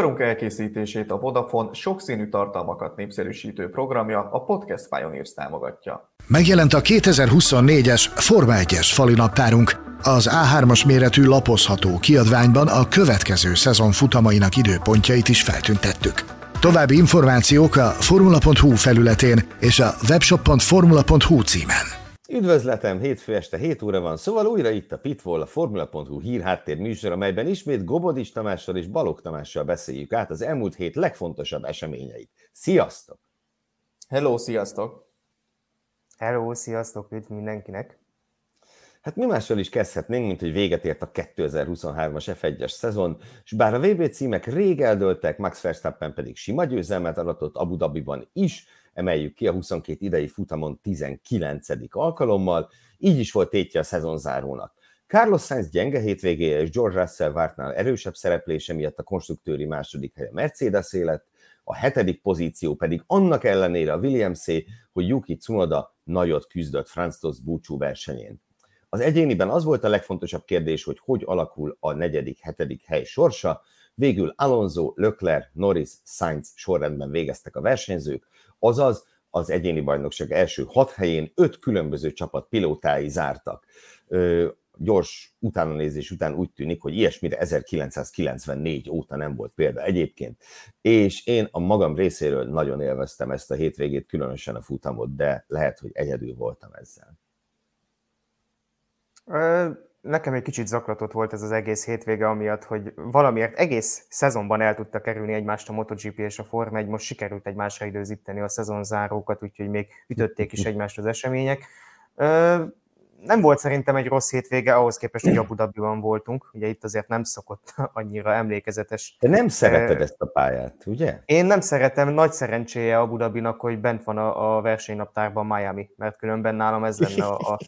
Műsorunk elkészítését a Vodafone sokszínű tartalmakat népszerűsítő programja, a Podcast Pioneers támogatja. Megjelent a 2024-es Forma 1-es falinaptárunk. Az A3-as méretű lapozható kiadványban a következő szezon futamainak időpontjait is feltüntettük. További információk a formula.hu felületén és a webshop.formula.hu címen. Üdvözletem, hétfő este 7 óra van, szóval újra itt a Pitfall, a Formula.hu hírháttér műsor, amelyben ismét Gobodis Tamással és Balogh Tamással beszéljük át az elmúlt hét legfontosabb eseményeit. Sziasztok! Hello, sziasztok! Hello, sziasztok, üdv mindenkinek! Hát mi mással is kezdhetnénk, mint hogy véget ért a 2023-as F1-es szezon, és bár a VB címek rég eldőltek, Max Verstappen pedig sima győzelmet aratott Abu Dhabiban is, emeljük ki a 22 idei futamon 19. alkalommal, így is volt tétje a szezonzárónak. Carlos Sainz gyenge hétvégéje és George Russell vártnál erősebb szereplése miatt a konstruktőri második helye Mercedesé lett, a 7. pozíció pedig annak ellenére a Williamsé, hogy Yuki Tsunoda nagyot küzdött Franz Tost búcsú versenyén. Az egyéniben az volt a legfontosabb kérdés, hogy alakul a 4.-7. hely sorsa, végül Alonso, Leclerc, Norris, Sainz sorrendben végeztek a versenyzők, azaz az egyéni bajnokság első 6 helyén 5 különböző csapat pilótái zártak. Gyors utánanézés után úgy tűnik, hogy ilyesmire 1994 óta nem volt példa egyébként, és én a magam részéről nagyon élveztem ezt a hétvégét, különösen a futamot, de lehet, hogy egyedül voltam ezzel. Nekem egy kicsit zaklatott volt ez az egész hétvége, amiatt, hogy valamiért egész szezonban el tudta kerülni egymást a MotoGP és a Forma 1, most sikerült egymásra időzíteni a szezonzárókat, úgyhogy még ütötték is egymást az események. Nem volt szerintem egy rossz hétvége, ahhoz képest, hogy Abu Dhabiban voltunk. Ugye itt azért nem szokott annyira emlékezetes. Te nem szereted ezt a pályát, ugye? Én nem szeretem, nagy szerencséje Abu Dhabinak, hogy bent van a versenynaptárban Miami, mert különben nálam ez lenne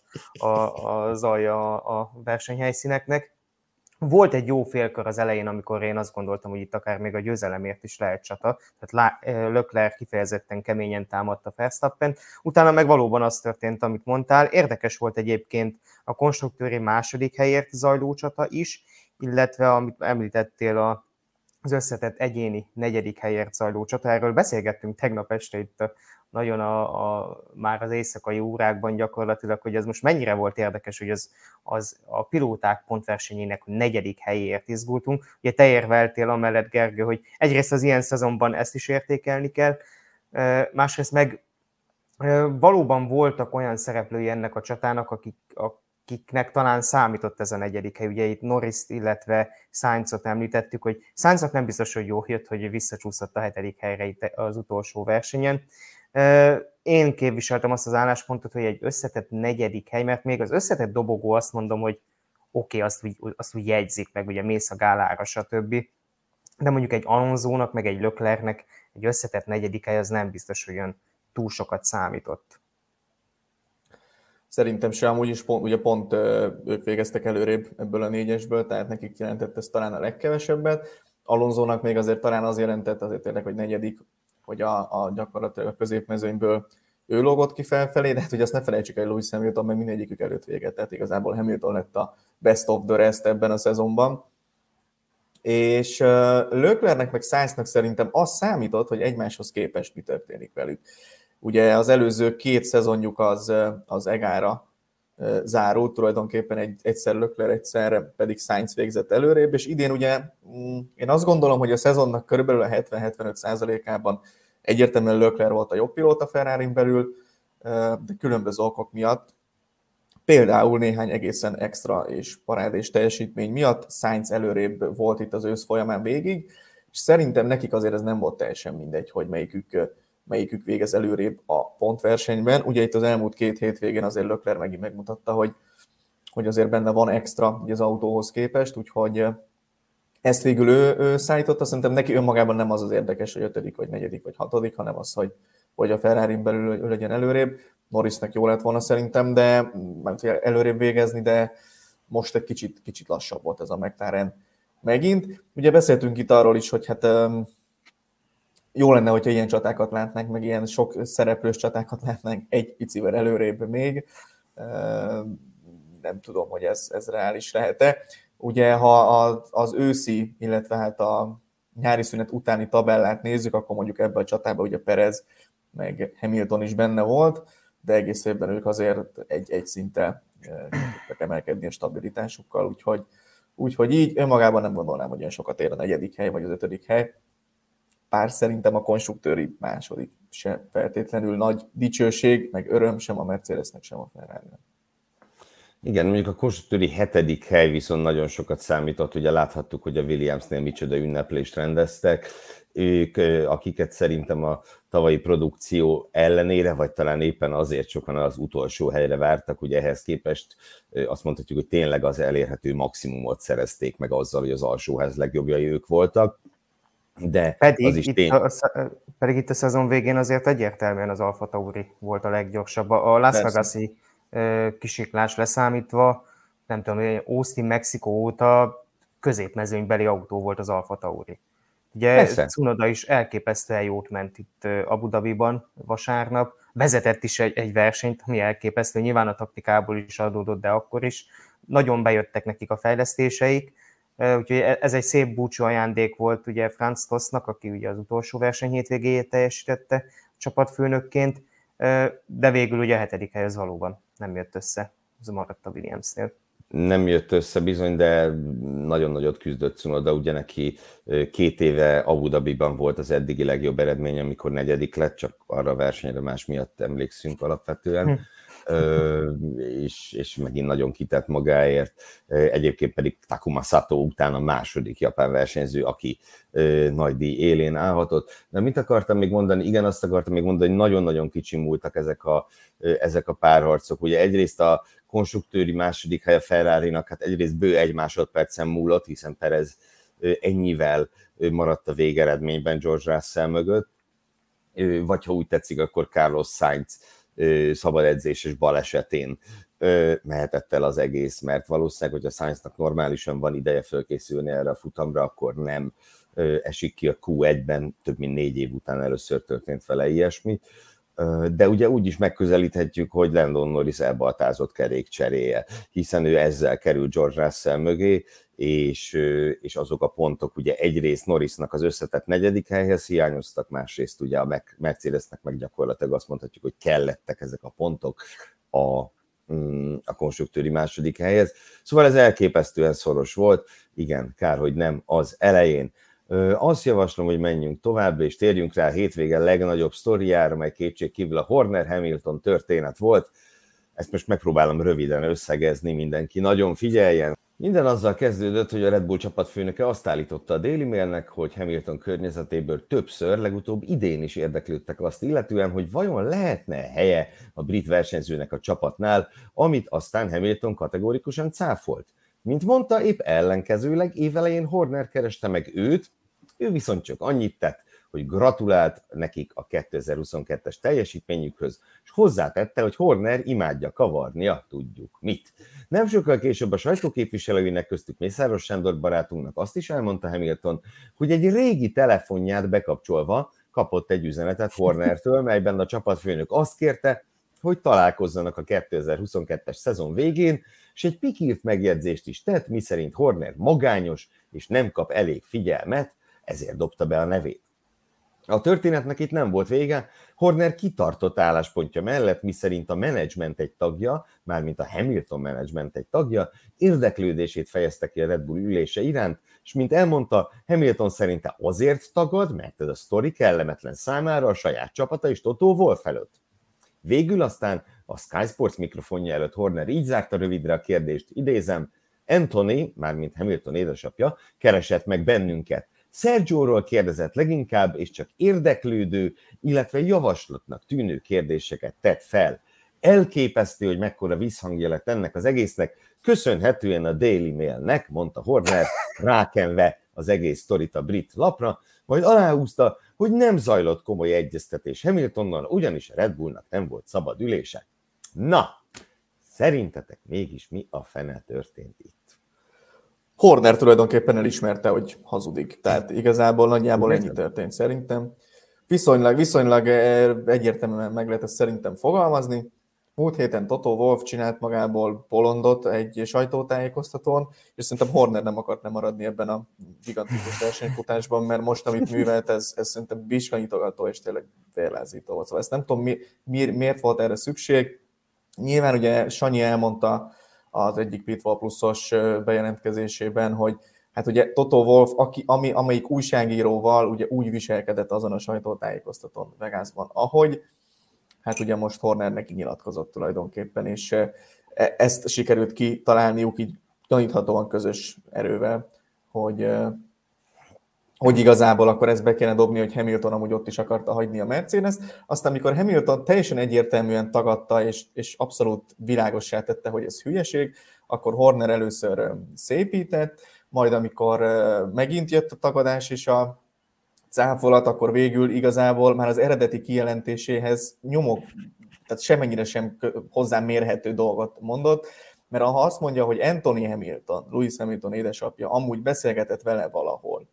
az alja a versenyhelyszíneknek. Volt egy jó félkör az elején, amikor én azt gondoltam, hogy itt akár még a győzelemért is lehet csata. Tehát Leclerc kifejezetten keményen támadta Verstappen. Utána meg valóban az történt, amit mondtál. Érdekes volt egyébként a konstruktőri második helyért zajló csata is, illetve amit említettél, az egyéni 4. helyért zajló csata. Erről beszélgettünk tegnap este itt nagyon már az éjszakai órákban gyakorlatilag, hogy ez most mennyire volt érdekes, hogy az a pilóták pontversenyének 4. helyéért izgultunk. Ugye te érveltél amellett, Gergő, hogy egyrészt az ilyen szezonban ezt is értékelni kell, másrészt meg valóban voltak olyan szereplői ennek a csatának, akiknek talán számított ez a 4. hely. Ugye itt Norris, illetve Sainzot említettük, hogy Sainznak nem biztos, hogy jól jött, hogy visszacsúszott a 7. helyre itt az utolsó versenyen. Én képviseltem azt az álláspontot, hogy egy összetett 4. hely, mert még az összetett dobogó azt mondom, hogy oké, azt úgy jegyzik meg, ugye mész a gálára, stb. De mondjuk egy Alonsónak, meg egy Leclercnek egy összetett 4. hely, az nem biztos, hogy olyan túl sokat számított. Szerintem se, amúgy is pont ők végeztek előrébb ebből a 4-esből, tehát nekik jelentett ez talán a legkevesebbet. Alonsónak még azért talán az jelentett, azért tényleg, hogy 4., hogy gyakorlatilag a középmezőnyből ő lógott ki felfelé, de hát hogy azt ne felejtsük el, Lewis Hamilton meg mindegyikük előtt véget, tehát igazából Hamilton lett a best of the rest ebben a szezonban. És Leclercnek meg Sainznak szerintem az számított, hogy egymáshoz képest mi történik velük. Ugye az előző 2 szezonjuk az egára zárult, tulajdonképpen egyszer Leclerc, egyszer pedig Sainz végzett előrébb, és idén ugye én azt gondolom, hogy a szezonnak körülbelül a 70-75%-ában egyértelműen Leclerc volt a jobb pilóta Ferrarin belül, de különböző okok miatt, például néhány egészen extra és parádés teljesítmény miatt Sainz előrébb volt itt az ősz folyamán végig, és szerintem nekik azért ez nem volt teljesen mindegy, hogy melyikük végez előrébb a pontversenyben. Ugye itt az elmúlt 2 hétvégén azért Leclerc megint megmutatta, hogy azért benne van extra az autóhoz képest, úgyhogy ezt végül ő szállította. Szerintem neki önmagában nem az érdekes, hogy 5. vagy 4. vagy 6., hanem az, hogy a Ferrarin belül ő legyen előrébb. Norrisnek jó lett volna szerintem, de előrébb végezni, de most egy kicsit lassabb volt ez a McLaren megint. Ugye beszéltünk itt arról is, hogy hát jó lenne, hogyha ilyen csatákat látnánk, meg ilyen sok szereplős csatákat látnánk egy picivel előrébb még. Nem tudom, hogy ez reális lehet-e. Ugye, ha az őszi, illetve hát nyári szünet utáni tabellát nézzük, akkor mondjuk ebben a csatában ugye Perez meg Hamilton is benne volt, de egész évben ők azért egy szinttel tudtak emelkedni a stabilitásukkal, úgyhogy így önmagában nem gondolnám, hogy olyan sokat ér a 4. hely vagy az 5. hely. Bár szerintem a konstruktőri második se feltétlenül nagy dicsőség, meg öröm sem a Mercedesnek, sem a Ferrari-nek. Igen, mondjuk a konstruktőri 7. hely viszont nagyon sokat számított, ugye láthattuk, hogy a Williamsnél micsoda ünneplést rendeztek, ők, akiket szerintem a tavalyi produkció ellenére, vagy talán éppen azért sokan az utolsó helyre vártak, ugye ehhez képest azt mondhatjuk, hogy tényleg az elérhető maximumot szerezték meg azzal, hogy az alsóház legjobbjai ők voltak. De pedig, az is pedig itt a szezon végén azért egyértelműen az Alfa Tauri volt a leggyorsabb. A Las Vegas-i kisiklás leszámítva, nem tudom, Austin, Mexikó óta középmezőnybeli autó volt az Alfa Tauri. Ugye Tsunoda is elképesztően jót ment itt Abu Dhabiban vasárnap, vezetett is egy versenyt, ami elképesztő, nyilván a taktikából is adódott, de akkor is. Nagyon bejöttek nekik a fejlesztéseik, úgyhogy ez egy szép búcsú ajándék volt ugye Franz Tosznak, aki ugye az utolsó verseny hétvégéjét teljesítette csapatfőnökként, de végül ugye a 7. hely az valóban nem jött össze, az maradt a Williamsnél. Nem jött össze bizony, de nagyon nagyot küzdött Tsunoda, ugye neki 2 éve Abu Dhabiban volt az eddigi legjobb eredmény, amikor 4. lett, csak arra a versenyre más miatt emlékszünk alapvetően, és megint nagyon kitett magáért. Egyébként pedig Takuma Sato után a második japán versenyző, aki nagy díj élén állhatott. De mit akartam még mondani? Igen, azt akartam még mondani, hogy nagyon-nagyon kicsi múltak ezek a párharcok. Ugye egyrészt a konstruktőri második hely a Ferrarinak, hát egyrészt bő 1 másodpercen múlott, hiszen Perez ennyivel maradt a végeredményben George Russell mögött, vagy ha úgy tetszik, akkor Carlos Sainz szabad edzéses balesetén mehetett el az egész, mert valószínűleg, hogy a Sainznak normálisan van ideje fölkészülni erre a futamra, akkor nem esik ki a Q1-ben, több mint 4 év után először történt vele ilyesmi. De ugye úgy is megközelíthetjük, hogy Lando Norris elbaltázott kerékcseréje, hiszen ő ezzel kerül George Russell mögé, és azok a pontok ugye egyrészt Norrisnak az összetett 4. helyhez hiányoztak, másrészt ugye a Mercedesnek meg gyakorlatilag azt mondhatjuk, hogy kellettek ezek a pontok a konstruktőri második helyhez. Szóval ez elképesztően szoros volt, igen, kár, hogy nem az elején. Azt javaslom, hogy menjünk tovább, és térjünk rá a hétvége legnagyobb sztoriára, mely kétségkívül a Horner-Hamilton történet volt. Ezt most megpróbálom röviden összegezni, mindenki nagyon figyeljen. Minden azzal kezdődött, hogy a Red Bull csapatfőnöke azt állította a Daily Mailnek, hogy Hamilton környezetéből többször, legutóbb idén is érdeklődtek azt illetően, hogy vajon lehetne helye a brit versenyzőnek a csapatnál, amit aztán Hamilton kategórikusan cáfolt. Mint mondta, épp ellenkezőleg évelején Horner kereste meg őt, ő viszont csak annyit tett, hogy gratulált nekik a 2022-es teljesítményükhöz, és hozzátette, hogy Horner imádja kavarnia, tudjuk mit. Nem sokkal később a sajtóképviselőinek, köztük Mészáros Sándor barátunknak azt is elmondta Hamilton, hogy egy régi telefonját bekapcsolva kapott egy üzenetet Hornertől, melyben a csapatfőnök azt kérte, hogy találkozzanak a 2022-es szezon végén, és egy pikírt megjegyzést is tett, miszerint Horner magányos, és nem kap elég figyelmet, ezért dobta be a nevét. A történetnek itt nem volt vége, Horner kitartott álláspontja mellett, miszerint a menedzsment egy tagja, mármint a Hamilton menedzsment egy tagja, érdeklődését fejezte ki a Red Bull ülése iránt, és mint elmondta, Hamilton szerinte azért tagad, mert ez a sztori kellemetlen számára a saját csapata és Toto Wolff előtt. Végül aztán a Sky Sports mikrofonja előtt Horner így zárta rövidre a kérdést, idézem, Anthony, mármint Hamilton édesapja, keresett meg bennünket. Sergioról kérdezett leginkább, és csak érdeklődő, illetve javaslatnak tűnő kérdéseket tett fel. Elképesztő, hogy mekkora visszhangja lett ennek az egésznek, köszönhetően a Daily Mailnek, mondta Horner, rákenve az egész sztorit a brit lapra, majd aláhúzta, hogy nem zajlott komoly egyeztetés Hamiltonnal, ugyanis a Red Bullnak nem volt szabad ülése. Na, szerintetek mégis mi a fene történt itt? Horner tulajdonképpen elismerte, hogy hazudik. Tehát igazából nagyjából ennyi történt szerintem. Viszonylag egyértelműen meg lehet ezt szerintem fogalmazni. Múlt héten Toto Wolff csinált magából bolondot egy sajtótájékoztatón, és szerintem Horner nem akart maradni ebben a gigantikus versenyfutásban, mert most, amit művelt, ez szerintem vizsganyitogató és tényleg vérlázító volt. Szóval ezt nem tudom, miért volt erre szükség. Nyilván ugye Sanyi elmondta az egyik Pitfall Plusos bejelentkezésében, hogy hát ugye Toto Wolff, amelyik újságíróval ugye úgy viselkedett azon a sajtótájékoztatón Vegasban, ahogy, hát ugye most Horner neki nyilatkozott tulajdonképpen, és ezt sikerült kitalálniuk így gyaníthatóan közös erővel, hogy igazából akkor ezt be kéne dobni, hogy Hamilton amúgy ott is akarta hagyni a Mercedes. Aztán, amikor Hamilton teljesen egyértelműen tagadta, és abszolút világossá tette, hogy ez hülyeség, akkor Horner először szépített, majd amikor megint jött a tagadás és a cáfolat, akkor végül igazából már az eredeti kijelentéséhez tehát semennyire sem hozzám mérhető dolgot mondott, mert ha azt mondja, hogy Anthony Hamilton, Lewis Hamilton édesapja amúgy beszélgetett vele valahol,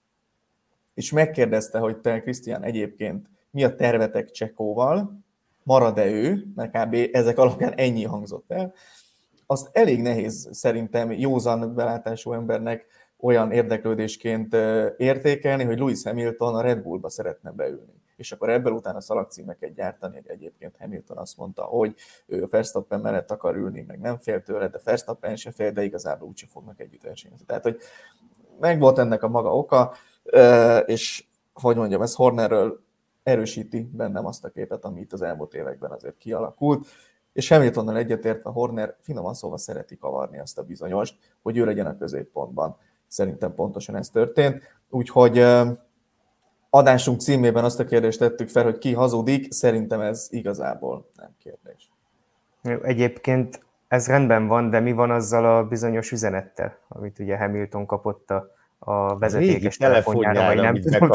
és megkérdezte, hogy te, Krisztián, egyébként mi a tervetek Csekóval, marad-e ő, mert kb. Ezek alapján ennyi hangzott el, azt elég nehéz szerintem józan belátású embernek olyan érdeklődésként értékelni, hogy Lewis Hamilton a Red Bullba szeretne beülni. És akkor ebből utána szalagcímeket gyártani, hogy egyébként Hamilton azt mondta, hogy ő Verstappen mellett akar ülni, meg nem fél tőle, de Verstappen se fél, de igazából úgyse fognak együtt versenyezni. Tehát, hogy megvolt ennek a maga oka, és hogy mondjam, ez Hornerről erősíti bennem azt a képet, ami itt az elmúlt években azért kialakult, és Hamiltonnal egyetértve Horner finoman szóval szereti kavarni azt a bizonyost, hogy ő legyen a középpontban. Szerintem pontosan ez történt. Úgyhogy adásunk címében azt a kérdést tettük fel, hogy ki hazudik, szerintem ez igazából nem kérdés. Egyébként ez rendben van, de mi van azzal a bizonyos üzenettel, amit ugye Hamilton kapott a vezetékes telefonjára, vagy nem tudom.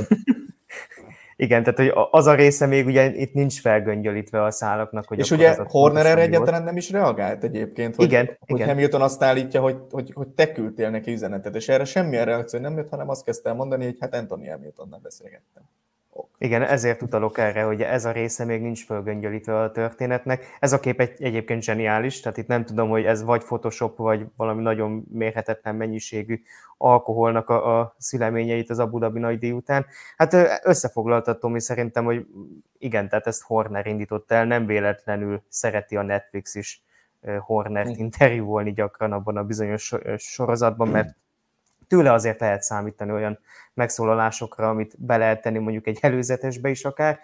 Igen, tehát hogy az a része még ugye itt nincs felgöngyölítve a szálaknak. Hogy és ugye Horner erre egyáltalán nem is reagált egyébként, hogy, igen. Hamilton azt állítja, hogy te küldtél neki üzenetet, és erre semmilyen reakció nem jött, hanem azt kezdte el mondani, hogy hát Anthony Hamiltonnal beszélgettem. Igen, ezért utalok erre, hogy ez a része még nincs fölgöngyölítve a történetnek. Ez a kép egyébként zseniális, tehát itt nem tudom, hogy ez vagy Photoshop, vagy valami nagyon mérhetetlen mennyiségű alkoholnak a szüleményeit az Abu Dhabi nagy díj után. Hát összefoglaltatom, hogy szerintem, hogy igen, tehát ezt Horner indított el, nem véletlenül szereti a Netflix is Hornert interjúolni gyakran abban a bizonyos sorozatban, mert tőle azért lehet számítani olyan megszólalásokra, amit be lehet tenni mondjuk egy előzetesbe is akár.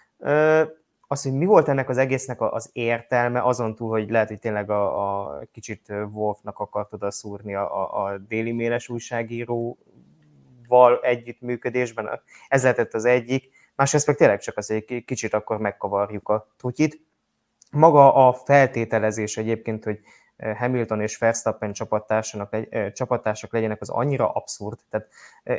Az, hogy mi volt ennek az egésznek az értelme, azon túl, hogy lehet, hogy tényleg a kicsit Wolffnak akart oda szúrni a Daily Mail-es újságíróval együttműködésben, ez lehetett az egyik. Másrészt meg tényleg csak az, hogy egy kicsit akkor megkavarjuk a tutyit. Maga a feltételezés egyébként, hogy Hamilton és Verstappen csapattársak legyenek, az annyira abszurd, tehát,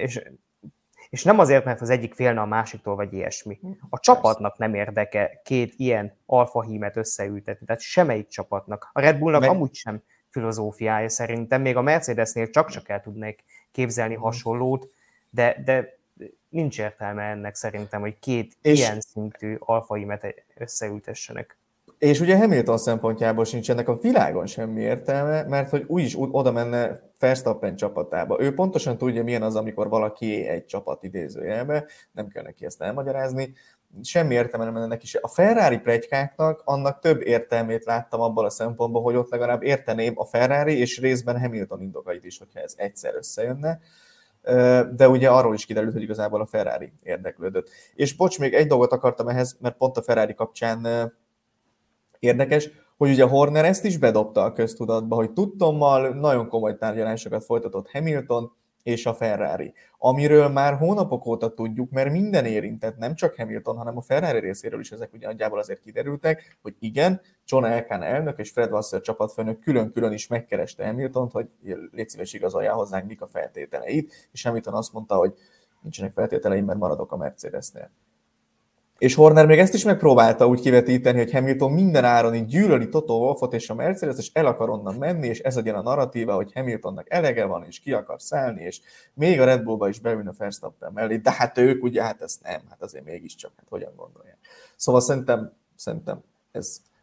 és nem azért, mert az egyik félne a másiktól, vagy ilyesmi. A csapatnak nem érdeke két ilyen alfahímet összeültetni, tehát semmelyik csapatnak. A Red Bullnak amúgy sem filozófiája szerintem, még a Mercedesnél csak el tudnék képzelni hasonlót, de nincs értelme ennek szerintem, hogy két ilyen szintű alfahímet összeültessenek. És ugye Hamilton szempontjából sincs ennek a világon semmi értelme, mert hogy úgyis oda menne Verstappen csapatába. Ő pontosan tudja, milyen az, amikor valaki egy csapat idézőjelbe, nem kell neki ezt elmagyarázni, semmi értelme nem lenne neki se. A Ferrari pletykáknak annak több értelmét láttam abban a szempontból, hogy ott legalább érteném a Ferrari és részben Hamilton indokait is, hogyha ez egyszer összejönne. De ugye arról is kiderült, hogy igazából a Ferrari érdeklődött. És bocs, még egy dolgot akartam ehhez, mert pont a Ferrari kapcsán érdekes, hogy ugye Horner ezt is bedobta a köztudatba, hogy tudtommal nagyon komoly tárgyalásokat folytatott Hamilton és a Ferrari, amiről már hónapok óta tudjuk, mert minden érintett, nem csak Hamilton, hanem a Ferrari részéről is ezek ugye nagyjából azért kiderültek, hogy igen, John Elkann elnök és Fred Vasseur csapatfőnök külön-külön is megkereste Hamiltont, hogy légy szíves igazolja hozzánk mik a feltételeit, és Hamilton azt mondta, hogy nincsenek feltételeim, mert maradok a Mercedesnél. És Horner még ezt is megpróbálta úgy kivetíteni, hogy Hamilton minden áron így gyűlöli Toto Wolffot és a Mercedes, és el akar onnan menni, és ez legyen a narratíva, hogy Hamiltonnak elege van, és ki akar szállni, és még a Red Bullba is beülne Verstappen mellé, de hát ők ugye, hát ezt nem, hát azért mégiscsak, hát hogyan gondolják. Szóval szerintem ez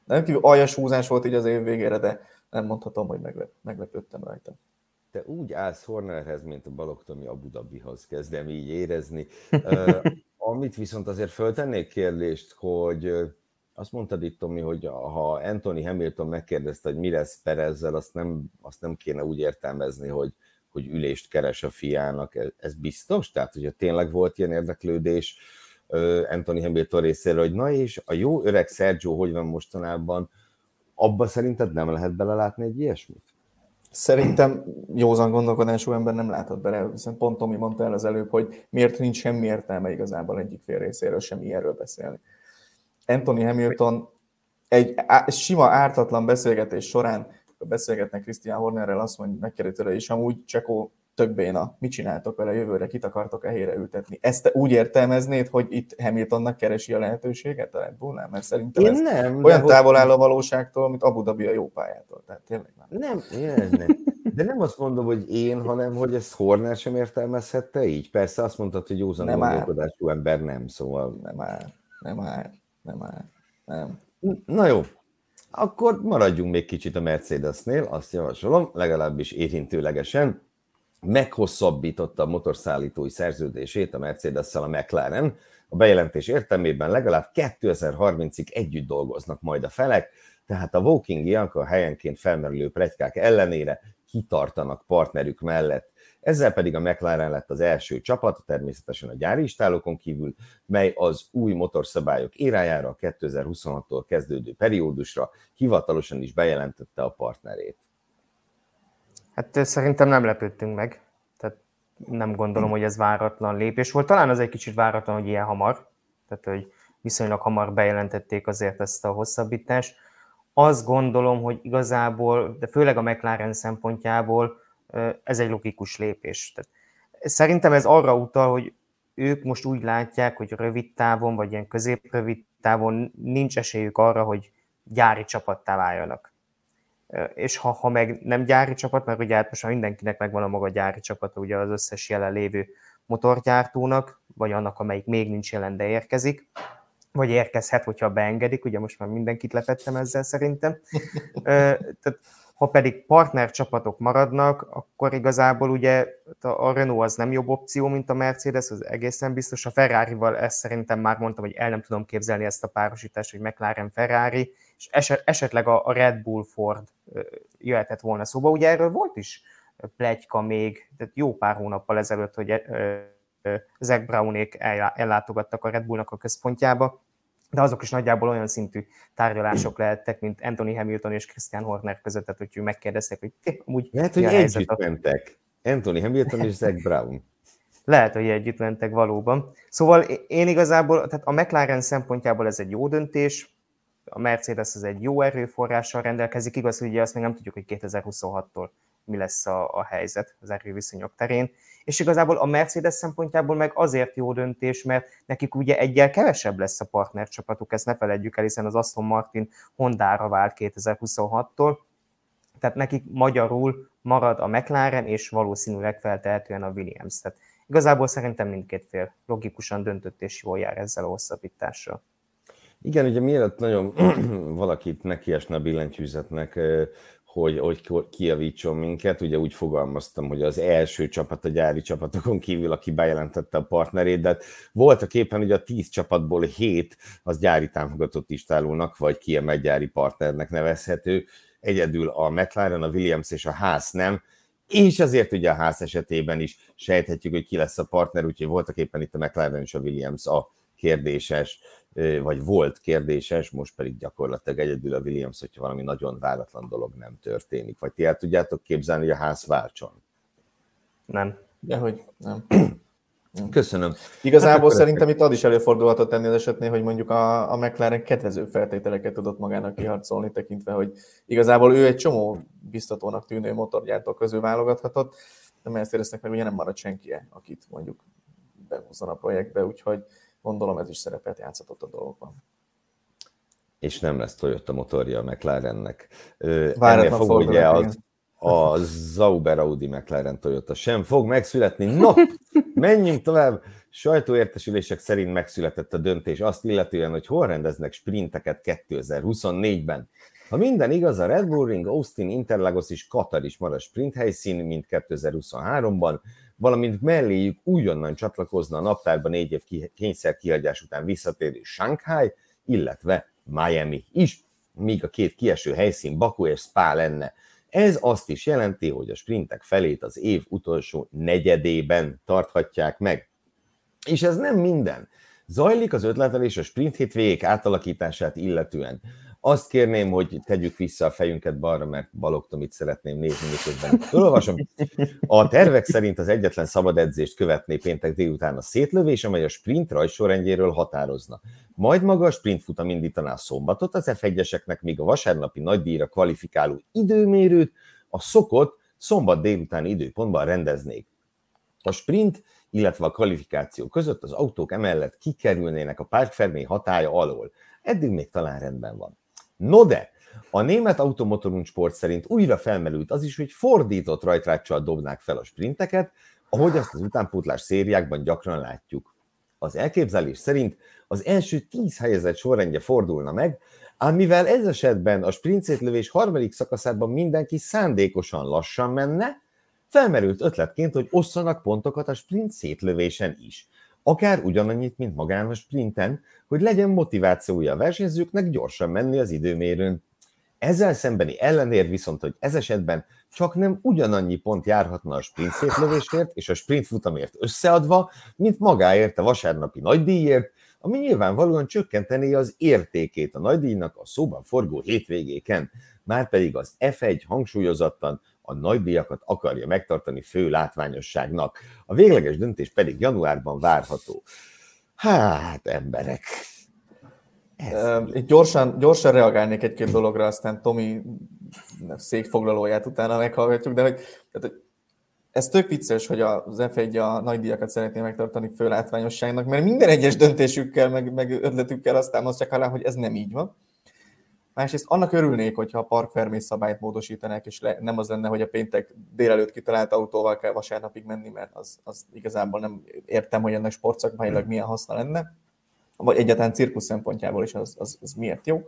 Nem kívül aljas húzás volt így az év végére, de nem mondhatom, hogy meglepődtem rajta. Te úgy állsz Hornerhez, mint a Balogh Tomi Abu Dhabihoz, kezdem így érezni. Amit viszont azért föltennék kérdést, hogy azt mondtad itt, Tomi, hogy ha Anthony Hamilton megkérdezte, hogy mi lesz Perezzel, azt nem kéne úgy értelmezni, hogy ülést keres a fiának. Ez biztos? Tehát, hogyha tényleg volt ilyen érdeklődés Anthony Hamilton részéről, hogy na és a jó öreg Sergio hogy van mostanában, abba szerinted nem lehet belelátni egy ilyesmit? Szerintem józan gondolkodású ember nem láthat bele, hiszen pont Tomi mondta el az előbb, hogy miért nincs semmi értelme igazából egyik fél részéről sem ilyenről beszélni. Anthony Hamilton egy sima ártatlan beszélgetés során, ha beszélgetnek Christian Hornerrel, azt mondja, megkérdezi tőle, és amúgy Csekó tök béna, mit csináltok vele jövőre, kit akartok helyére ültetni? Ezt te úgy értelmeznéd, hogy itt Hamiltonnak keresi a lehetőséget a Red Bullnál? Mert szerintem ez olyan távol áll a valóságtól, mint Abu Dhabi a jó pályától. Tehát tényleg nem. De nem azt mondom, hogy én, hanem hogy ezt Horner sem értelmezhette így. Persze azt mondtad, hogy józan gondolkodású ember nem, szóval... Nem áll. Na jó, akkor maradjunk még kicsit a Mercedesnél, azt javasolom, legalábbis érintőlegesen. Meghosszabbította a motorszállítói szerződését a Mercedes-szel a McLaren. A bejelentés értelmében legalább 2030-ig együtt dolgoznak majd a felek, tehát a Wokingiak a helyenként felmerülő pletykák ellenére kitartanak partnerük mellett. Ezzel pedig a McLaren lett az első csapat, természetesen a gyári istálokon kívül, mely az új motorszabályok érájára, a 2026-tól kezdődő periódusra hivatalosan is bejelentette a partnerét. Hát szerintem nem lepődtünk meg. Tehát nem gondolom, hogy ez váratlan lépés volt. Talán az egy kicsit váratlan, hogy ilyen hamar. Tehát, hogy viszonylag hamar bejelentették azért ezt a hosszabbítást. Azt gondolom, hogy igazából, de főleg a McLaren szempontjából ez egy logikus lépés. Tehát szerintem ez arra utal, hogy ők most úgy látják, hogy rövid távon, vagy ilyen közép-rövid távon nincs esélyük arra, hogy gyári csapattá váljanak. És ha meg nem gyári csapat, mert ugye hát most már mindenkinek megvan a maga gyári csapata, ugye az összes jelen lévő motorgyártónak, vagy annak, amelyik még nincs jelen, de érkezik, vagy érkezhet, hogyha beengedik, ugye most már mindenkit lepettem ezzel szerintem. Tehát, ha pedig partner csapatok maradnak, akkor igazából ugye a Renault az nem jobb opció, mint a Mercedes, az egészen biztos. A Ferrarival ezt szerintem már mondtam, hogy el nem tudom képzelni ezt a párosítást, hogy McLaren-Ferrari, és esetleg a Red Bull-Ford jöhetett volna szóba. Ugye erről volt is pletyka még, tehát jó pár hónappal ezelőtt, hogy Zach Brownék ellátogattak a Red Bullnak a központjába, de azok is nagyjából olyan szintű tárgyalások lehettek, mint Anthony Hamilton és Christian Horner között, tehát hogy megkérdezték, hogy amúgy lehet, hogy együtt mentek. Anthony Hamilton és Zach Brown. Lehet, hogy együtt mentek valóban. Szóval én igazából, tehát a McLaren szempontjából ez egy jó döntés, a Mercedes az egy jó erőforrással rendelkezik, igaz, hogy ugye azt még nem tudjuk, hogy 2026-tól mi lesz a helyzet az erőviszonyok terén, és igazából a Mercedes szempontjából meg azért jó döntés, mert nekik ugye egyel kevesebb lesz a partnercsapatuk, ezt ne feledjük el, hiszen az Aston Martin Hondára vált 2026-tól, tehát nekik magyarul marad a McLaren, és valószínűleg feltehetően a Williams. Tehát igazából szerintem mindkét fél logikusan döntött és jól jár ezzel a hosszabbítással. Igen, ugye mielőtt nagyon valakit nekiesne a billentyűzetnek, hogy kijavítson minket, ugye úgy fogalmaztam, hogy az első csapat a gyári csapatokon kívül, aki bejelentette a partnerét, de voltak éppen ugye a 10 csapatból 7 az gyári támogatott istálónak, vagy kiemelt gyári partnernek nevezhető, egyedül a McLaren, a Williams és a Haas nem, és azért ugye a Haas esetében is sejthetjük, hogy ki lesz a partner, úgyhogy voltak éppen itt a McLaren és a Williams a kérdéses, vagy volt kérdéses, most pedig gyakorlatilag egyedül a Williams, hogyha valami nagyon váratlan dolog nem történik. Vagy ti el tudjátok képzelni, hogy a Haas váltson? Nem. Dehogy nem. Köszönöm. Igazából hát szerintem itt az is előfordulhatott ennél az esetnél, hogy mondjuk a McLaren kedvező feltételeket tudott magának kiharcolni, tekintve, hogy igazából ő egy csomó biztatónak tűnő motorgyártó közül válogathatott, de Mercedesnek meg ugye nem marad senki, akit mondjuk behozzon a projektbe, úgyhogy gondolom ez is szerepet játszhatott a dolgokban. És nem lesz Toyota motorja a McLarennek. Ennél fog ugye a Sauber Audi McLaren Toyota sem fog megszületni. No, Menjünk tovább. Sajtóértesülések szerint megszületett a döntés azt illetően, hogy hol rendeznek sprinteket 2024-ben. Ha minden igaz, a Red Bull Ring, Austin, Interlagos és Katar is marad sprint helyszín, mint 2023-ban, valamint melléjük újonnan csatlakozna a naptárban 4 év kényszer kihagyás után visszatérő Shanghai, illetve Miami is, míg a két kieső helyszín Baku és Spa lenne. Ez azt is jelenti, hogy a sprintek felét az év utolsó negyedében tarthatják meg. És ez nem minden. Zajlik az ötletelés a sprint hétvégék átalakítását illetően. Azt kérném, hogy tegyük vissza a fejünket balra, mert Balogh Tomit szeretném nézni, miközben olvasom. A tervek szerint az egyetlen szabad edzést követné péntek délután a szétlövés, amely a sprint rajtsorrendjéről határozna. Majd maga a sprintfutam indítaná a szombatot az F1-eseknek, míg a vasárnapi nagydíjra kvalifikáló időmérőt a szokott szombat délutáni időpontban rendeznék. A sprint, illetve a kvalifikáció között az autók emellett kikerülnének a Parc Fermé hatálya alól. Eddig még talán rendben van. No de, a német Automotorund Sport szerint újra felmerült az is, hogy fordított rajtráccsal dobnák fel a sprinteket, ahogy azt az utánpótlás szériákban gyakran látjuk. Az elképzelés szerint az első 10 helyezett sorrendje fordulna meg, ám mivel ez esetben a sprintszétlövés harmadik szakaszában mindenki szándékosan lassan menne, felmerült ötletként, hogy osszanak pontokat a sprint szétlövésen is. Akár ugyanannyit, mint magán a sprinten, hogy legyen motivációja a versenyzőknek gyorsan menni az időmérőn. Ezzel szembeni ellenérv viszont, hogy ez esetben csak nem ugyanannyi pont járhatna a sprint szétlövésért és a sprint futamért összeadva, mint magáért a vasárnapi nagydíjért, ami nyilvánvalóan csökkentené az értékét a nagydíjnak a szóban forgó hétvégéken. Márpedig az F1 hangsúlyozottan a nagydíjakat akarja megtartani fő látványosságnak. A végleges döntés pedig januárban várható. Hát, emberek. Gyorsan reagálnék egy-két dologra, aztán Tomi székfoglalóját utána meghallgatjuk, de hogy ez tök vicces, hogy az F1 a nagydíjakat szeretné megtartani fő látványosságnak, mert minden egyes döntésükkel, meg ötletükkel azt támasztják alá, hogy ez nem így van. Másrészt annak örülnék, hogyha a Parc Fermé szabályt módosítanák, és nem az lenne, hogy a péntek délelőtt kitalált autóval kell vasárnapig menni, mert az igazából nem értem, hogy ennek sportszakmailag milyen haszna lenne, vagy egyáltalán cirkusz szempontjából is az miért jó.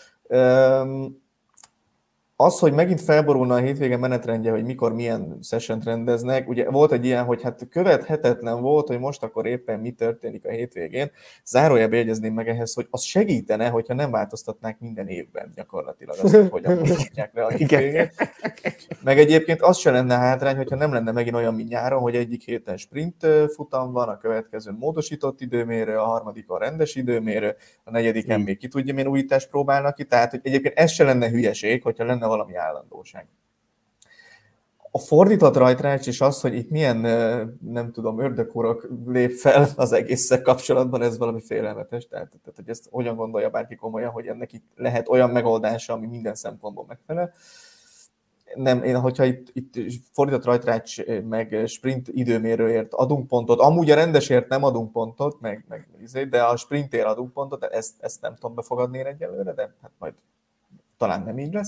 Az, hogy megint felborulna a hétvége menetrendje, hogy mikor milyen sessiont rendeznek, ugye volt egy ilyen, hogy hát követhetetlen volt, hogy most akkor éppen mi történik a hétvégén. Zárójelbe jegyezném meg ehhez, hogy az segítene, hogyha nem változtatnák minden évben gyakorlatilag azt, hogy hogyan mutatják le a hétvégét. Meg egyébként az se lenne hátrány, hogyha nem lenne megint olyan, mint nyáron, hogy egyik héten sprint futam van, a következőn módosított időmérő, a harmadikon rendes időmérő, a negyediken még ki tudja, milyen újítást próbálnak ki. Tehát hogy egyébként ez se lenne hülyeség, hogyha lenne valami állandóság. A fordított rajtrács és az, hogy itt milyen, nem tudom, ördögurok lép fel az egésszel kapcsolatban, ez valami félelmetes. Tehát hogy ezt hogyan gondolja bárki komolyan, hogy ennek itt lehet olyan megoldása, ami minden szempontból megfelel. Nem, én, hogyha itt fordított rajtrács meg sprint időmérőért adunk pontot, amúgy a rendesért nem adunk pontot, de a sprintért adunk pontot, ezt nem tudom befogadni én egyelőre, de hát majd talán nem így lesz.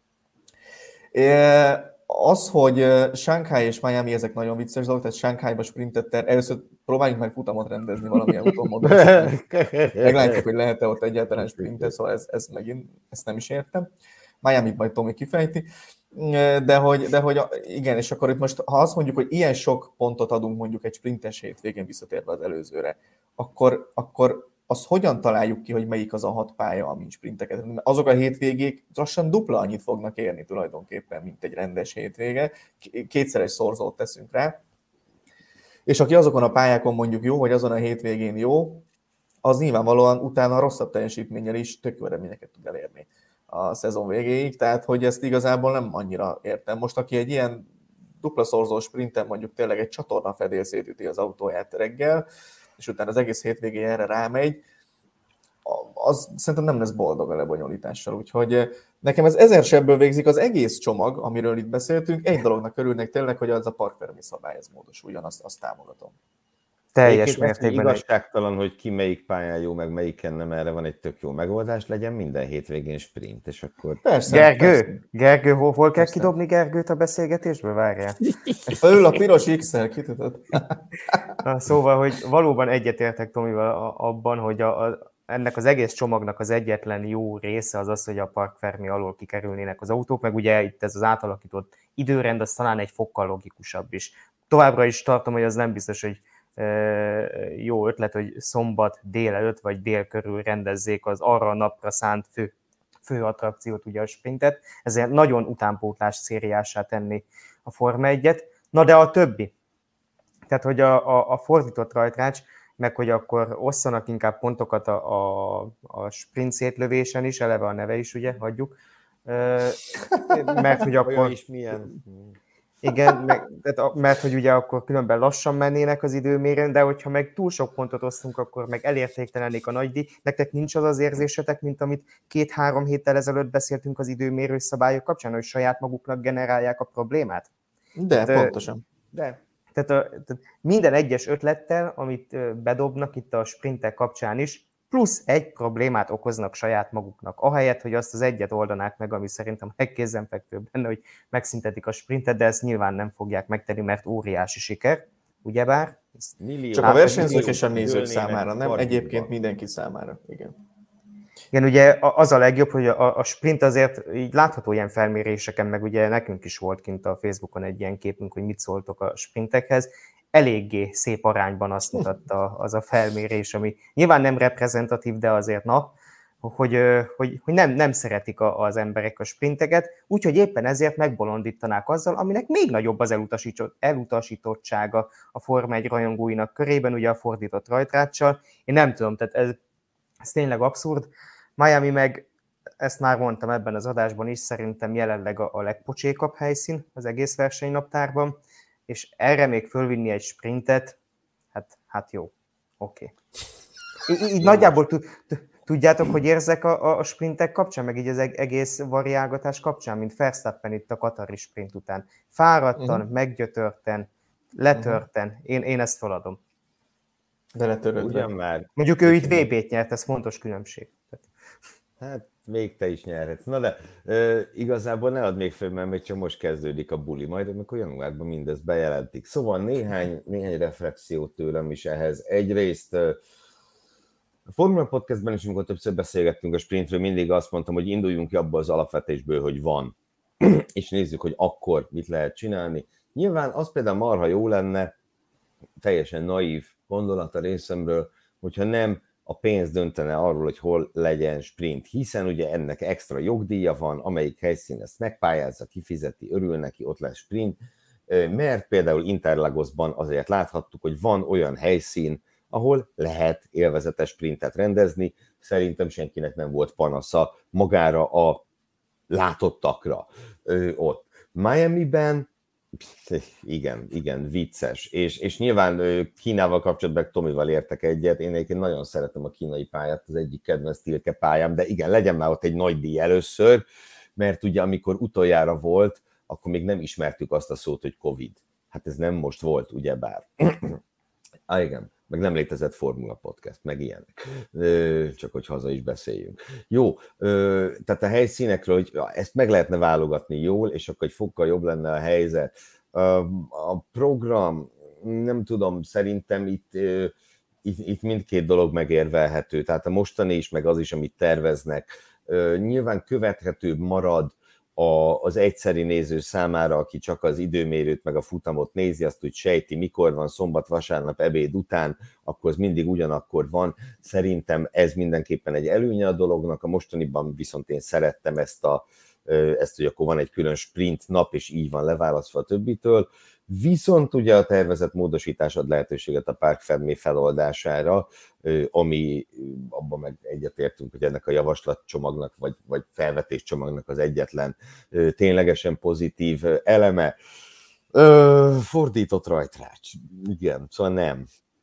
Az, hogy Shanghai és Miami, ezek nagyon vicces dolgok, tehát Shanghai-ba sprintet először próbáljunk meg futamot rendezni valamilyen autómódon. Meglátjuk, hogy lehet-e ott egyáltalán sprintet, szóval ezt nem is értem. Miami-t majd Tomi kifejti. De hogy igen, és akkor itt most, ha azt mondjuk, hogy ilyen sok pontot adunk mondjuk egy sprintes hétvégén visszatérve az előzőre, akkor azt hogyan találjuk ki, hogy melyik az a 6 pálya, amin sprinteket. Azok a hétvégék lassan dupla annyit fognak érni tulajdonképpen, mint egy rendes hétvége. Kétszeres szorzót teszünk rá. És aki azokon a pályákon mondjuk jó, vagy azon a hétvégén jó, az nyilvánvalóan utána rosszabb teljesítménnyel is tök jó eredményeket tud elérni a szezon végéig. Tehát, hogy ezt igazából nem annyira értem. Most, aki egy ilyen dupla szorzó sprinten mondjuk tényleg egy csatorna fedél szétüti az autóját reggel, és utána az egész hétvégén erre rámegy, az szerintem nem lesz boldog a lebonyolítással. Úgyhogy nekem ez 1000 sebből végzik az egész csomag, amiről itt beszéltünk. Egy dolognak örülnek tényleg, hogy az a Parc Fermé szabály ez módosuljon, azt támogatom. teljes mértékben. Igazságtalan, hogy ki melyik pályán jó, meg melyiken nem, erre van egy tök jó megoldás, legyen minden hétvégén sprint, és akkor... Persze, Gergő, hol kell kidobni Gergőt a beszélgetésből? Várjál. Fölül a piros X-el, ki tudod? Szóval, hogy valóban egyetértek Tomival abban, hogy ennek az egész csomagnak az egyetlen jó része az, hogy a Parc Fermé alól kikerülnének az autók, meg ugye itt ez az átalakított időrend, az talán egy fokkal logikusabb is. Továbbra is tartom, hogy az nem biztos, hogy jó ötlet, hogy szombat délelőtt vagy dél körül rendezzék az arra a napra szánt fő attrakciót, ugye a sprintet, ezért nagyon utánpótlás szériássá tenni a Forma 1-et. Na de a többi, tehát hogy a fordított rajtrács, meg hogy akkor osszanak inkább pontokat a sprint szétlövésen is, eleve a neve is, ugye, hagyjuk, mert hogy akkor... is milyen... Igen, mert hogy ugye akkor különben lassan mennének az időmérőn, de hogyha meg túl sok pontot osztunk, akkor meg elértéktelenik a nagydíj. Nektek nincs az az érzésetek, mint amit 2-3 héttel ezelőtt beszéltünk az időmérő szabályok kapcsán, hogy saját maguknak generálják a problémát? De, pontosan. Tehát minden egyes ötlettel, amit bedobnak itt a sprintek kapcsán is, plusz egy problémát okoznak saját maguknak. Ahelyett, hogy azt az egyet oldanák meg, ami szerintem legkézenfekvőbb benne, hogy megszüntetik a sprintet, de ezt nyilván nem fogják megtenni, mert óriási siker, ugyebár? Csak a versenyzők és a nézők számára, nem egyébként mindenki számára. Igen, ugye az a legjobb, hogy a sprint azért így látható ilyen felméréseken, meg ugye nekünk is volt kint a Facebookon egy ilyen képünk, hogy mit szóltok a sprintekhez, eléggé szép arányban azt mutatta az a felmérés, ami nyilván nem reprezentatív, de azért hogy nem szeretik az emberek a sprinteket, úgyhogy éppen ezért megbolondítanák azzal, aminek még nagyobb az elutasítottsága a Forma 1 rajongóinak körében, ugye a fordított rajtráccsal. Én nem tudom, tehát ez tényleg abszurd. Miami meg, ezt már mondtam ebben az adásban is, szerintem jelenleg a legpocsékabb helyszín az egész versenynaptárban, és erre még fölvinni egy sprintet, hát jó, oké. Így nagyjából tudjátok, hogy érzek a sprintek kapcsán, meg így az egész variálgatás kapcsán, mint Verstappen itt a katari sprint után. Fáradtan, meggyötörten, letörten, én ezt feladom. De letörődve. Mondjuk ő itt VB-t nyert, ez fontos különbség. Hát még te is nyerhetsz. Na de igazából ne add még föl, mert még csak most kezdődik a buli, majd amikor januárban mindezt bejelentik. Szóval néhány reflexió tőlem is ehhez. Egyrészt a Formula Podcastben is, amikor többször beszélgettünk a sprintről, mindig azt mondtam, hogy induljunk ki abból az alapvetésből, hogy van, és nézzük, hogy akkor mit lehet csinálni. Nyilván az például marha jó lenne, teljesen naív gondolat a részemről, hogyha nem a pénz döntene arról, hogy hol legyen sprint, hiszen ugye ennek extra jogdíja van, amelyik helyszín ezt megpályázza, kifizeti, örül neki, ott lesz sprint, mert például Interlagosban azért láthattuk, hogy van olyan helyszín, ahol lehet élvezetes sprintet rendezni, szerintem senkinek nem volt panasza magára a látottakra ott. Miamiben igen, vicces. És nyilván Kínával kapcsolatban Tomival értek egyet. Én egyébként nagyon szeretem a kínai pályát, az egyik kedvenc tilke pályám, de igen, legyen már ott egy nagy díj először, mert ugye amikor utoljára volt, akkor még nem ismertük azt a szót, hogy Covid. Hát ez nem most volt, ugyebár. Igen, meg nem létezett Formula Podcast, meg ilyenek. Csak hogy haza is beszéljünk. Jó, tehát a helyszínekről, hogy ezt meg lehetne válogatni jól, és akkor egy fokkal jobb lenne a helyzet. A program, nem tudom, szerintem itt mindkét dolog megérvelhető. Tehát a mostani is, meg az is, amit terveznek. Nyilván követhetőbb marad az egyszeri néző számára, aki csak az időmérőt meg a futamot nézi, azt úgy sejti, mikor van szombat, vasárnap, ebéd után, akkor az mindig ugyanakkor van. Szerintem ez mindenképpen egy előnye a dolognak, a mostaniban viszont én szerettem ezt, hogy akkor van egy külön sprint nap, és így van leválasztva a többitől. Viszont ugye a tervezett módosítás ad lehetőséget a Parc Fermé feloldására, ami abban meg egyetértünk, hogy ennek a javaslatcsomagnak, vagy felvetéscsomagnak az egyetlen ténylegesen pozitív eleme. Fordított rajtrács. Igen, szóval nem.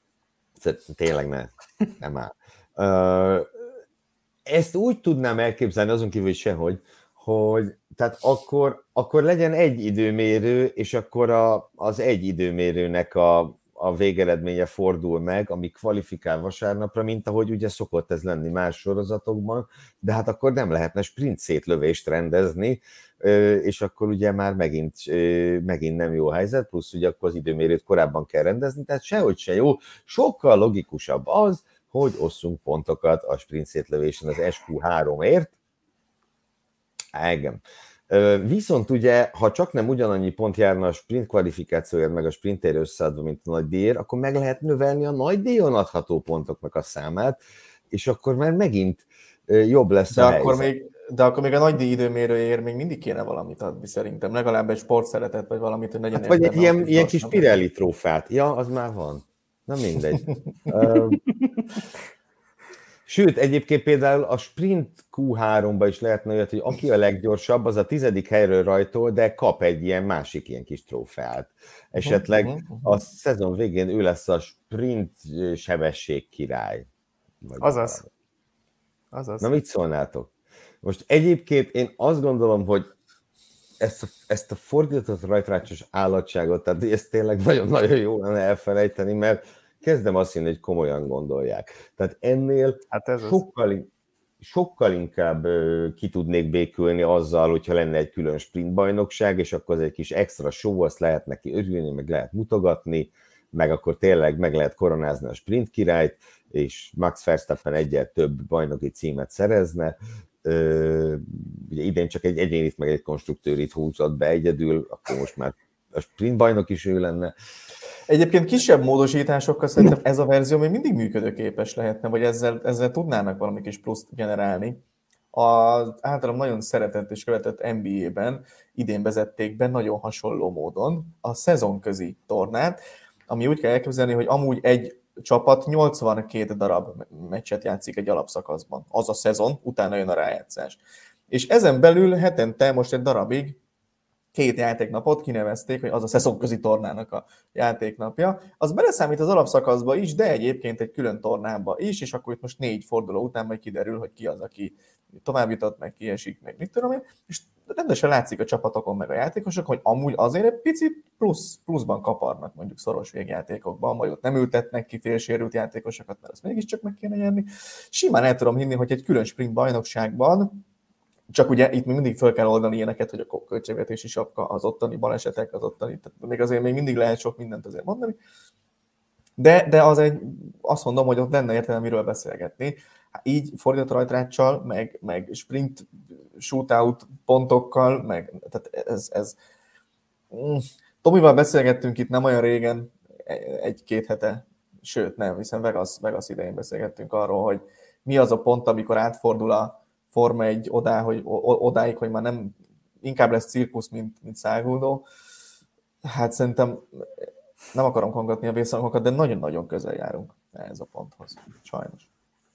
Tényleg nem áll. Ezt úgy tudnám elképzelni, azon kívül is sehogy, hogy tehát akkor legyen egy időmérő, és akkor az egy időmérőnek a végeredménye fordul meg, ami kvalifikál vasárnapra, mint ahogy ugye szokott ez lenni más sorozatokban, de hát akkor nem lehetne sprint szétlövést rendezni, és akkor ugye már megint nem jó helyzet, plusz ugye akkor az időmérőt korábban kell rendezni, tehát sehogy se jó, sokkal logikusabb az, hogy osszunk pontokat a sprint szétlövésen az SQ3-ért. Igen. Viszont ugye, ha csak nem ugyanannyi pont járna a sprint kvalifikációért, meg a sprintért összeadva, mint a nagy díjért, akkor meg lehet növelni a nagy díjon adható pontoknak a számát, és akkor már megint jobb lesz a helyzet. De akkor még a nagy díj időmérőért még mindig kéne valamit adni szerintem, legalább egy sportszeretet, vagy valamit, hogy legyen vagy egy ilyen kis Pirelli trófát. Ja, az már van. Na mindegy. Sőt, egyébként például a sprint Q3-ba is lehetne olyat, hogy aki a leggyorsabb, az a 10. helyről rajtol, de kap egy ilyen másik ilyen kis trófeát. Esetleg a szezon végén ő lesz a sprint sebesség király. Azaz. Na mit szólnátok? Most egyébként én azt gondolom, hogy ezt a fordított rajtrácsos állatságot, tehát ezt tényleg nagyon-nagyon jó lenne elfelejteni, mert kezdem azt hinni, hogy komolyan gondolják. Tehát ennél sokkal inkább ki tudnék békülni azzal, hogyha lenne egy külön sprintbajnokság, és akkor az egy kis extra show, azt lehet neki örülni, meg lehet mutogatni, meg akkor tényleg meg lehet koronázni a sprint királyt, és Max Verstappen egyel több bajnoki címet szerezne. Ugye idén csak egy egyénit, meg egy konstruktőrit húzott be egyedül, akkor most már a sprint bajnok is ő lenne. Egyébként kisebb módosításokkal szerintem ez a verzió még mindig működőképes lehetne, vagy ezzel tudnának valami kis pluszt generálni. Az általam nagyon szeretett és követett NBA-ben idén vezették be nagyon hasonló módon a szezonközi tornát, ami úgy kell elképzelni, hogy amúgy egy csapat 82 darab meccset játszik egy alapszakaszban. Az a szezon, utána jön a rájátszás. És ezen belül hetente most egy darabig 2 játéknapot kinevezték, hogy az a szezonközi tornának a játéknapja. Az beleszámít az alapszakaszba is, de egyébként egy külön tornába is, és akkor itt most 4 forduló után majd kiderül, hogy ki az, aki tovább jutott, meg kiesik, meg mit tudom én, és rendesen látszik a csapatokon, meg a játékosok, hogy amúgy azért egy picit pluszban kaparnak mondjuk szoros végjátékokban, majd ott nem ültetnek ki félsérült játékosokat, mert azt mégiscsak meg kéne nyerni. Simán el tudom hinni, hogy egy külön sprint bajnokságban, csak ugye itt még mindig fel kell oldani ilyeneket, hogy a költségvetési sapka, az ottani balesetek, az ottani, tehát még azért még mindig lehet sok mindent azért mondani. De az azt mondom, hogy ott lenne értelme miről beszélgetni. Így fordított rajtráccsal, meg sprint shootout pontokkal, meg tehát ez Tomival beszélgettünk itt nem olyan régen, 1-2 hete, sőt nem, hiszen Vegas idején beszélgettünk arról, hogy mi az a pont, amikor átfordul a Forma 1 odáig, hogy már nem, inkább lesz cirkusz, mint száguldó. Hát szerintem nem akarom kongatni a vészhangokat, de nagyon-nagyon közel járunk ehhez a ponthoz. Sajnos.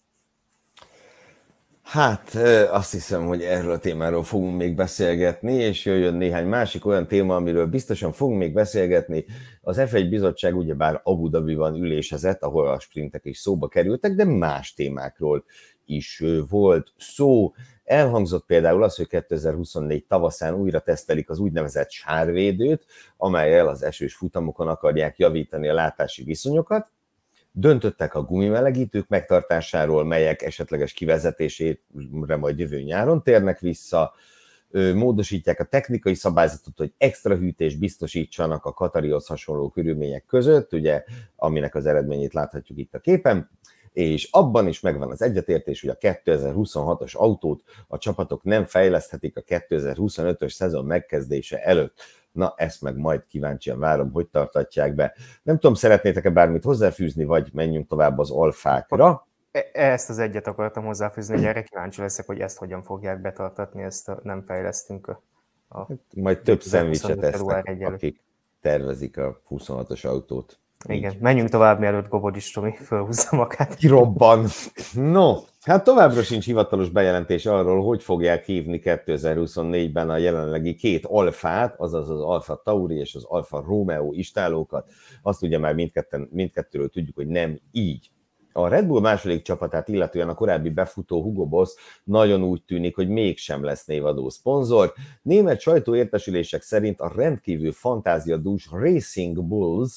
Hát azt hiszem, hogy erről a témáról fogunk még beszélgetni, és jöjjön néhány másik olyan téma, amiről biztosan fogunk még beszélgetni. Az F1 bizottság ugyebár Abu Dhabiban ülésezett, ahol a sprintek is szóba kerültek, de más témákról is volt szó. Elhangzott például az, hogy 2024 tavaszán újra tesztelik az úgynevezett sárvédőt, amellyel az esős futamokon akarják javítani a látási viszonyokat. Döntöttek a gumimelegítők megtartásáról, melyek esetleges kivezetésére majd jövő nyáron térnek vissza. Módosítják a technikai szabályzatot, hogy extra hűtést biztosítsanak a Qatarihoz hasonló körülmények között, ugye, aminek az eredményét láthatjuk itt a képen. És abban is megvan az egyetértés, hogy a 2026-os autót a csapatok nem fejleszthetik a 2025-ös szezon megkezdése előtt. Na, ezt meg majd kíváncsian várom, hogy tartatják be. Nem tudom, szeretnétek-e bármit hozzáfűzni, vagy menjünk tovább az alfákra? Ezt az egyet akartam hozzáfűzni, hogy erre kíváncsi leszek, hogy ezt hogyan fogják betartatni, ezt nem fejlesztünk. Majd több szendvicset esznek, akik tervezik a 26-os autót. Igen, menjünk tovább, mielőtt Gobodis Tomi fölhúzza magát. Kirobban. No, hát továbbra sincs hivatalos bejelentés arról, hogy fogják hívni 2024-ben a jelenlegi 2 alfát, azaz az Alfa Tauri és az Alfa Romeo istálókat. Azt ugye már mindkettőről tudjuk, hogy nem így. A Red Bull második csapatát illetően a korábbi befutó Hugo Boss nagyon úgy tűnik, hogy mégsem lesz névadó szponzor. Német sajtóértesülések szerint a rendkívül fantáziadús Racing Bulls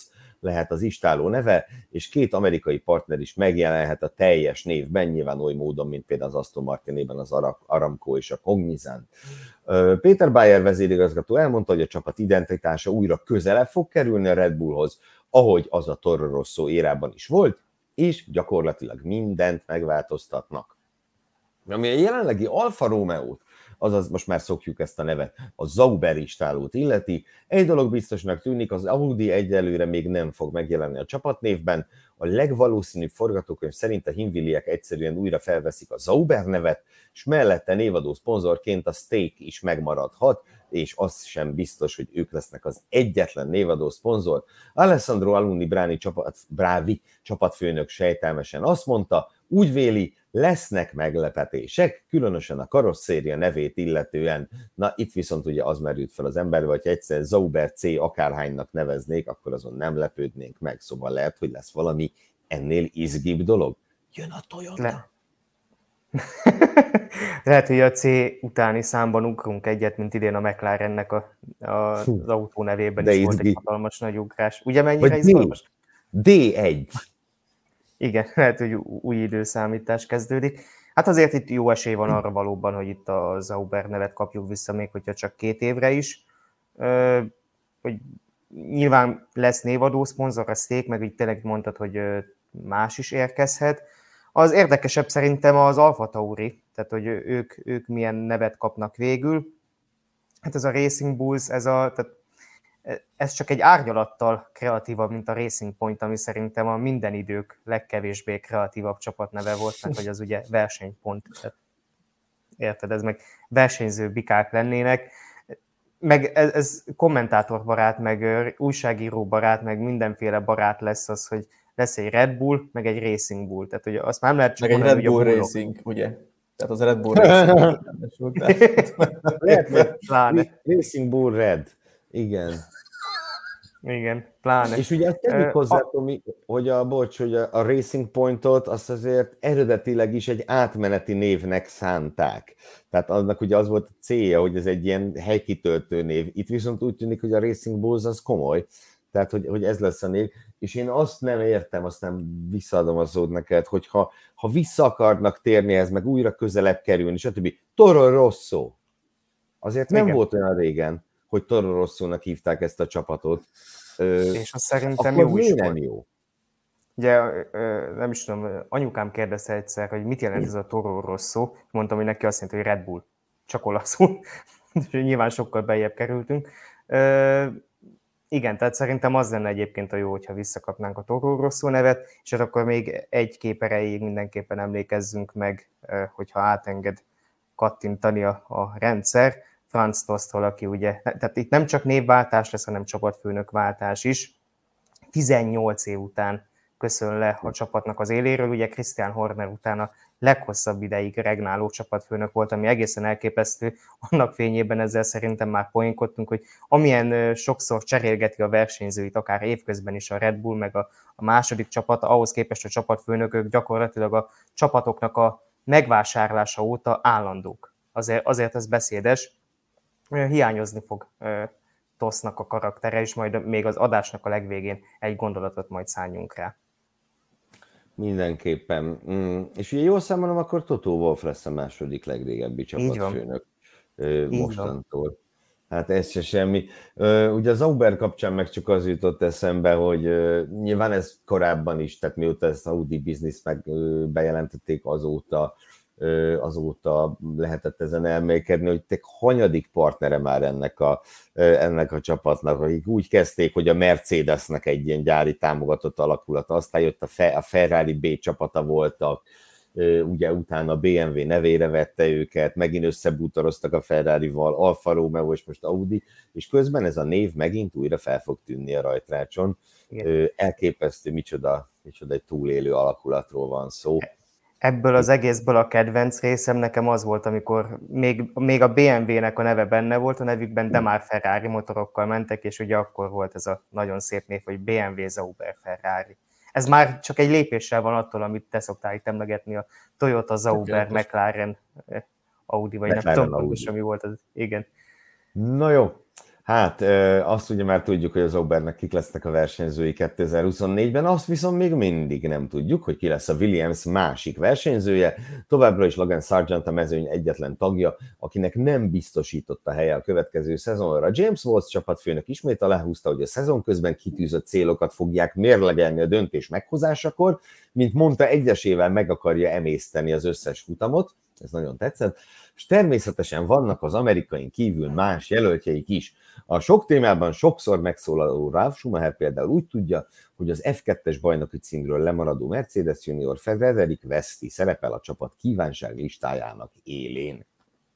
lehet az istáló neve, és 2 amerikai partner is megjelenhet a teljes névben, nyilván oly módon, mint például az Aston Martinében az Aramco és a Cognizant. Peter Bayer vezérigazgató elmondta, hogy a csapat identitása újra közelebb fog kerülni a Red Bullhoz, ahogy az a Toro Rosso érában is volt, és gyakorlatilag mindent megváltoztatnak. Ami a jelenlegi Alfa Romeo-t, azaz most már szokjuk ezt a nevet, a Sauber istálót illeti. Egy dolog biztosnak tűnik, az Audi egyelőre még nem fog megjelenni a csapatnévben. A legvalószínűbb forgatókönyv szerint a hinvilliek egyszerűen újra felveszik a Sauber nevet, és mellette névadó szponzorként a Stake is megmaradhat, és az sem biztos, hogy ők lesznek az egyetlen névadó szponzor. Alessandro Alunni Bravi csapatfőnök sejtelmesen azt mondta, úgy véli, lesznek meglepetések, különösen a karosszéria nevét illetően. Na, itt viszont ugye az merült fel az emberbe, hogy egyszer Sauber C akárhánynak neveznék, akkor azon nem lepődnénk meg, szóval lehet, hogy lesz valami ennél izgibb dolog. Jön a Toyota. Lehet, hogy a C utáni számban ugrunk egyet, mint idén a McLarennek az autó nevében is volt egy hatalmas nagy ugrás. Ugye mennyire izgalmas? D1. Igen, lehet, hogy új időszámítás kezdődik. Hát azért itt jó esély van arra valóban, hogy itt a Sauber nevet kapjuk vissza, még hogyha csak 2 évre is. Hogy nyilván lesz névadó szponzor, a Stake, meg így tényleg mondtad, hogy más is érkezhet. Az érdekesebb szerintem az Alfa Tauri, tehát hogy ők milyen nevet kapnak végül. Hát ez a Racing Bulls, ez csak egy árnyalattal kreatívabb, mint a Racing Point, ami szerintem a minden idők legkevésbé kreatívabb csapatneve volt, mert hogy az ugye versenypont. Tehát, érted, ez meg versenyző bikák lennének. Meg ez kommentátorbarát, meg újságíróbarát, meg mindenféle barát lesz az, hogy lesz egy Red Bull, meg egy Racing Bull. Tehát ugye azt már nem lehet csak meg mondani, egy Red Bull Racing, ugye? Tehát az Red Bull Racing. Lehet, Racing Bull Red. Igen. Igen, pláne. És ugye azt tegyük hozzá, hogy a Racing Pointot azt azért eredetileg is egy átmeneti névnek szánták. Tehát annak ugye az volt a célja, hogy ez egy ilyen helykitöltő név. Itt viszont úgy tűnik, hogy a Racing Bulls az komoly. Tehát, hogy ez lesz a név. És én azt nem értem, aztán visszaadom a szót neked, hogy ha vissza akarnak térni ez, meg újra közelebb kerülni, stb. Toro Rosso. Azért nem volt olyan régen, hogy Toro Rosso-nak hívták ezt a csapatot. És azt szerintem jó is nem jó. Ugye, nem is tudom, anyukám kérdezte egyszer, hogy mit jelent ez a Toro Rosso. Mondtam, hogy neki azt jelenti, hogy Red Bull. Csak olaszul. Nyilván sokkal beljebb kerültünk. Igen, tehát szerintem az lenne egyébként a jó, hogyha visszakapnánk a Toro Rosso nevet, és hát akkor még egy kép erejéig mindenképpen emlékezzünk meg, hogyha átenged kattintani a rendszer, Franz Tosztól, aki ugye, tehát itt nem csak névváltás lesz, hanem csapatfőnökváltás is. 18 év után köszön le a csapatnak az éléről, ugye Christian Horner után a leghosszabb ideig regnáló csapatfőnök volt, ami egészen elképesztő. Annak fényében ezzel szerintem már poénkodtunk, hogy amilyen sokszor cserélgeti a versenyzőit, akár évközben is a Red Bull, meg a második csapat, ahhoz képest a csapatfőnökök gyakorlatilag a csapatoknak a megvásárlása óta állandók. Azért ez beszédes. Hiányozni fog Tosznak a karaktere, és majd még az adásnak a legvégén egy gondolatot majd szálljunk rá. Mindenképpen. És ugye jól számolom, akkor Toto Wolff lesz a második legrégebbi csapatfőnök mostantól. Hát ez se semmi. Ugye az Sauber kapcsán meg csak az jutott eszembe, hogy nyilván ez korábban is, tehát mióta ezt Audi Business meg bejelentették, azóta lehetett ezen elmélkedni, hogy te hanyadik partnere már ennek a csapatnak, akik úgy kezdték, hogy a Mercedesnek egy ilyen gyári támogatott alakulata, aztán jött a Ferrari B csapata voltak, ugye utána a BMW nevére vette őket, megint összebútoroztak a Ferrarival, Alfa Romeo és most Audi, és közben ez a név megint újra fel fog tűnni a rajtrácson. Elképesztő, micsoda egy túlélő alakulatról van szó. Ebből az egészből a kedvenc részem nekem az volt, amikor még a BMW-nek a neve benne volt a nevükben, de már Ferrari motorokkal mentek, és ugye akkor volt ez a nagyon szép név, hogy BMW Sauber Ferrari. Ez már csak egy lépéssel van attól, amit te szoktál itt emlegetni, a Toyota Sauber, McLaren, Audi, vagy McLaren, nem tudom, pontosan mi volt az. Igen. Na jó. Hát azt ugye már tudjuk, hogy az Aubernek kik lesznek a versenyzői 2024-ben, azt viszont még mindig nem tudjuk, hogy ki lesz a Williams másik versenyzője. Továbbra is Logan Sargent a mezőny egyetlen tagja, akinek nem biztosított a helye a következő szezonra. James Walsh csapatfőnök ismét aláhúzta, hogy a szezon közben kitűzött célokat fogják mérlegelni a döntés meghozásakor, mint mondta, egyesével meg akarja emészteni az összes futamot, ez nagyon tetszett, és természetesen vannak az amerikain kívül más jelöltjeik is. A sok témában sokszor megszólaló Ralf Schumacher például úgy tudja, hogy az F2-es bajnoki címről lemaradó Mercedes junior Frederik Veszti szerepel a csapat kívánság listájának élén.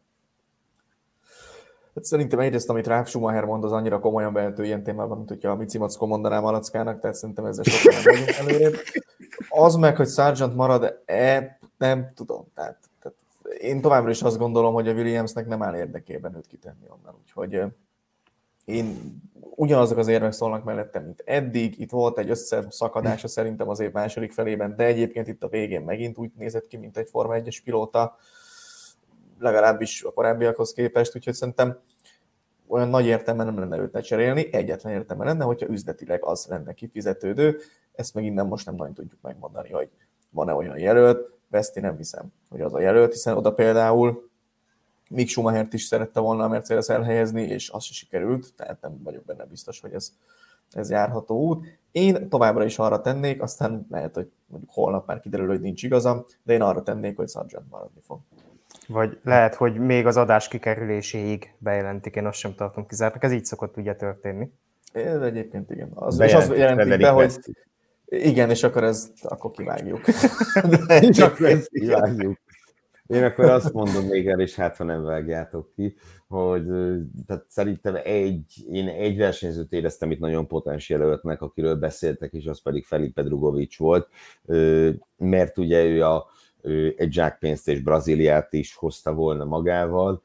Hát szerintem egyrészt, amit Ralf Schumacher mond, az annyira komolyan vehető ilyen témában, mint hogyha a Mici Mackó mondaná Malackának, tehát szerintem ezzel sokkal nem vagyunk előrébb. Az meg, hogy Sargent marad-e, nem tudom. Tehát én továbbra is azt gondolom, hogy a Williamsnek nem áll érdekében őt kitenni onnan, úgyhogy én ugyanazok az érvek szólnak mellettem, mint eddig. Itt volt egy összeszakadása szerintem az év második felében, de egyébként itt a végén megint úgy nézett ki, mint egy Forma 1-es pilóta, legalábbis a korábbiakhoz képest, úgyhogy szerintem olyan nagy értelme nem lenne őt lecserélni, egyetlen értelme lenne, hogyha üzletileg az lenne kifizetődő, ezt meg innen most nem nagyon tudjuk megmondani, hogy van-e olyan jelölt. Veszti nem hiszem, hogy az a jelölt, hiszen oda például Mick Schumachert is szerette volna a Mercedes elhelyezni, és az se sikerült, tehát nem vagyok benne biztos, hogy ez járható út. Én továbbra is arra tennék, aztán lehet, hogy mondjuk holnap már kiderül, hogy nincs igazam, de én arra tennék, hogy Sargent maradni fog. Vagy lehet, hogy még az adás kikerüléséig bejelentik, én azt sem tartom kizártnak, ez így szokott ugye történni. Ez egyébként igen. És azt jelentik be, hogy igen, és akkor akkor kivágjuk. És akkor ezt kivágjuk. Én akkor azt mondom még el, és hát ha nem vágjátok ki, hogy tehát szerintem én egy versenyzőt éreztem itt nagyon potens jelöltnek, akiről beszéltek, és az pedig Felipe Drugovich volt, mert ugye ő egy Jack Pence-t és Brazíliát is hozta volna magával,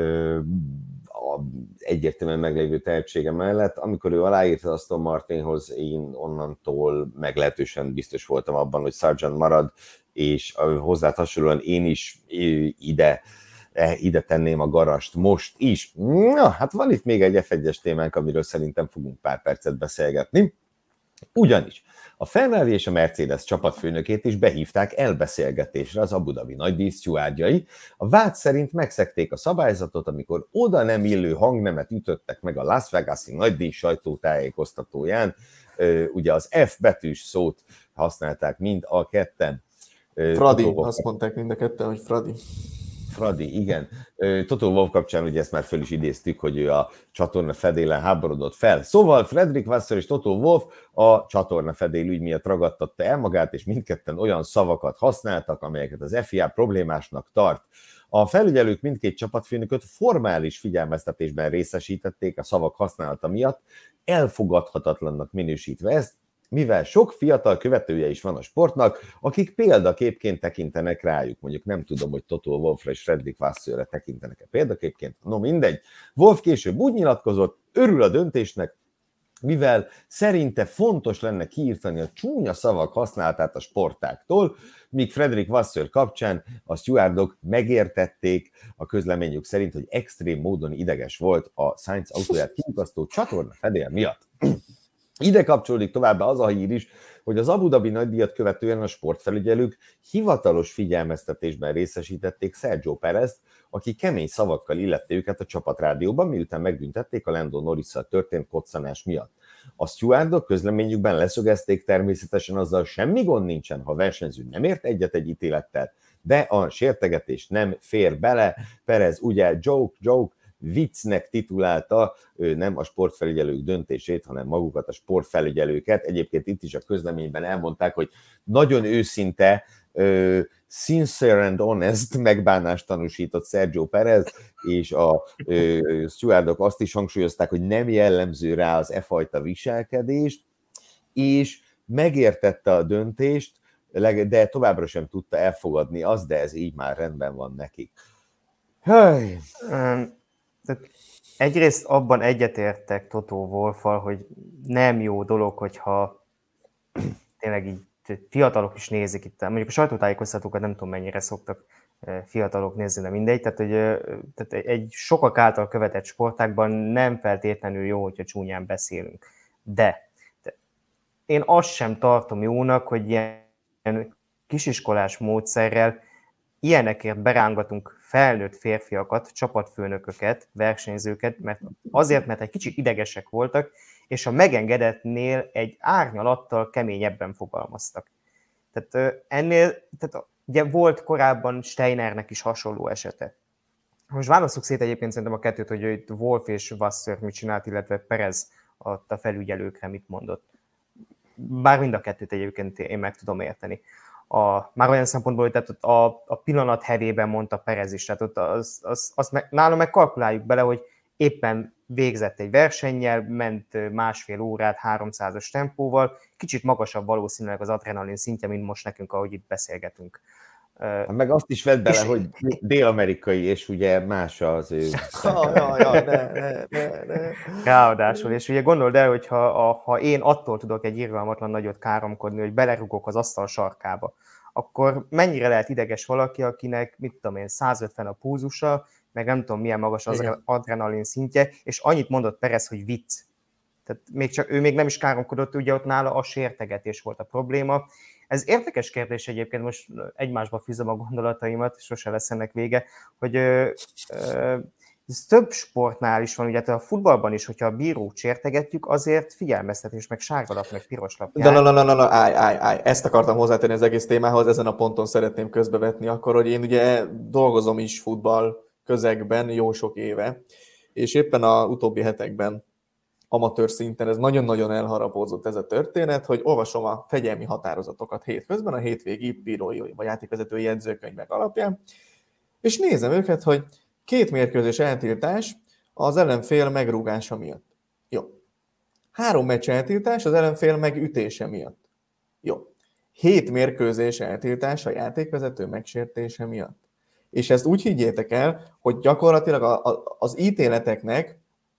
egyértelműen meglévő tehetsége mellett. Amikor ő aláírta Aston Martinhoz, én onnantól meglehetősen biztos voltam abban, hogy Sargent marad, és hozzá hasonlóan én is ide tenném a garast most is. Na, hát van itt még egy F1-es témánk, amiről szerintem fogunk pár percet beszélgetni. Ugyanis a Ferrari és a Mercedes csapatfőnökét is behívták elbeszélgetésre az Abu Dhabi nagydíj stewardjai. A vád szerint megszegték a szabályzatot, amikor oda nem illő hangnemet ütöttek meg a Las Vegas-i nagydíj sajtótájékoztatóján. Ugye az F betűs szót használták mind a ketten. Fradi, azt mondták mind a ketten, hogy Fradi. Fradi, igen. Toto Wolff kapcsán ugye ezt már föl is idéztük, hogy ő a csatorna fedélen háborodott fel. Szóval Frederick Vasseur és Toto Wolff a csatorna fedél ügy miatt ragadtatta el magát, és mindketten olyan szavakat használtak, amelyeket az FIA problémásnak tart. A felügyelők mindkét csapatfőnököt formális figyelmeztetésben részesítették a szavak használata miatt, elfogadhatatlannak minősítve ezt, mivel sok fiatal követője is van a sportnak, akik példaképként tekintenek rájuk. Mondjuk nem tudom, hogy Toto Wolffra és Frederick Vasseurre tekintenek-e példaképként. No mindegy. Wolff később úgy nyilatkozott, örül a döntésnek, mivel szerinte fontos lenne kiírtani a csúnya szavak használatát a sportáktól, míg Frederick Vasseur kapcsán a stewardok megértették a közleményük szerint, hogy extrém módon ideges volt a Sainz autóját kiukasztó csatorna fedél miatt. Ide kapcsolódik továbbá az a hír is, hogy az Abu Dhabi nagydíjat követően a sportfelügyelők hivatalos figyelmeztetésben részesítették Sergio Perezt, aki kemény szavakkal illette őket a csapatrádióban, miután megbüntették a Lando Norrisszal történt koccanás miatt. A stewardok közleményükben leszögezték, természetesen azzal semmi gond nincsen, ha a versenyző nem ért egyet egy ítélettel, de a sértegetés nem fér bele. Perez ugye joke, viccnek titulálta nem a sportfelügyelők döntését, hanem magukat a sportfelügyelőket. Egyébként itt is a közleményben elmondták, hogy nagyon őszinte, sincere and honest megbánást tanúsított Sergio Perez, és a stewardok azt is hangsúlyozták, hogy nem jellemző rá az e fajta viselkedést, és megértette a döntést, de továbbra sem tudta elfogadni azt, de ez így már rendben van nekik. Egyrészt abban egyetértek Toto Wolffal, hogy nem jó dolog, hogyha tényleg így fiatalok is nézik itt, mondjuk a sajtótájékoztatókat nem tudom mennyire szoktak fiatalok nézni, de mindegy, tehát egy sokak által követett sportágban nem feltétlenül jó, hogyha csúnyán beszélünk. De én azt sem tartom jónak, hogy ilyen kisiskolás módszerrel ilyenekért berángatunk felnőtt férfiakat, csapatfőnököket, versenyzőket, mert egy kicsit idegesek voltak, és a megengedettnél egy árnyalattal keményebben fogalmaztak. Tehát ugye volt korábban Steinernek is hasonló esete. Most válasszuk szét egyébként szerintem a kettőt, hogy itt Wolf és Wasser mit csinált, illetve Perez a felügyelőkre mit mondott. Bár mind a kettőt egyébként én meg tudom érteni. Már olyan szempontból, hogy tehát a pillanat hevében mondta Perez is, tehát ott nálam meg kalkuláljuk bele, hogy éppen végzett egy versennyel, ment 1,5 órát 300-as tempóval, kicsit magasabb valószínűleg az adrenalin szintje, mint most nekünk, ahogy itt beszélgetünk. Meg azt is vedd bele, hogy dél-amerikai, és ugye más az ő... Ráadásul, és ugye gondold el, hogy ha én attól tudok egy irgalmatlan nagyot káromkodni, hogy belerugok az asztal sarkába, akkor mennyire lehet ideges valaki, akinek, mit tudom én, 150 a pulzusa, meg nem tudom milyen magas az adrenalin szintje, és annyit mondott Perez, hogy vicc. Tehát ő még nem is káromkodott, ugye ott nála a sértegetés volt a probléma. Ez érdekes kérdés egyébként, most egymásba fűzöm a gondolataimat, sose lesz ennek vége, hogy ez több sportnál is van, ugye a futballban is, hogyha a bírót sértegetjük, azért figyelmeztetés, meg sárgalap, meg piros lap. De állj. Ezt akartam hozzátenni az egész témához, ezen a ponton szeretném közbevetni akkor, hogy én ugye dolgozom is futball közegben jó sok éve, és éppen az utóbbi hetekben amatőr szinten ez nagyon-nagyon elharapódzott ez a történet, hogy olvasom a fegyelmi határozatokat hétközben, a hétvégi bírói vagy játékvezetői jegyzőkönyvek alapján, és nézem őket, hogy 2 mérkőzés eltiltás az ellenfél megrúgása miatt. Jó. 3 meccs eltiltás az ellenfél megütése miatt. Jó. 7 mérkőzés eltiltás a játékvezető megsértése miatt. És ezt úgy higgyétek el, hogy gyakorlatilag az ítéleteknek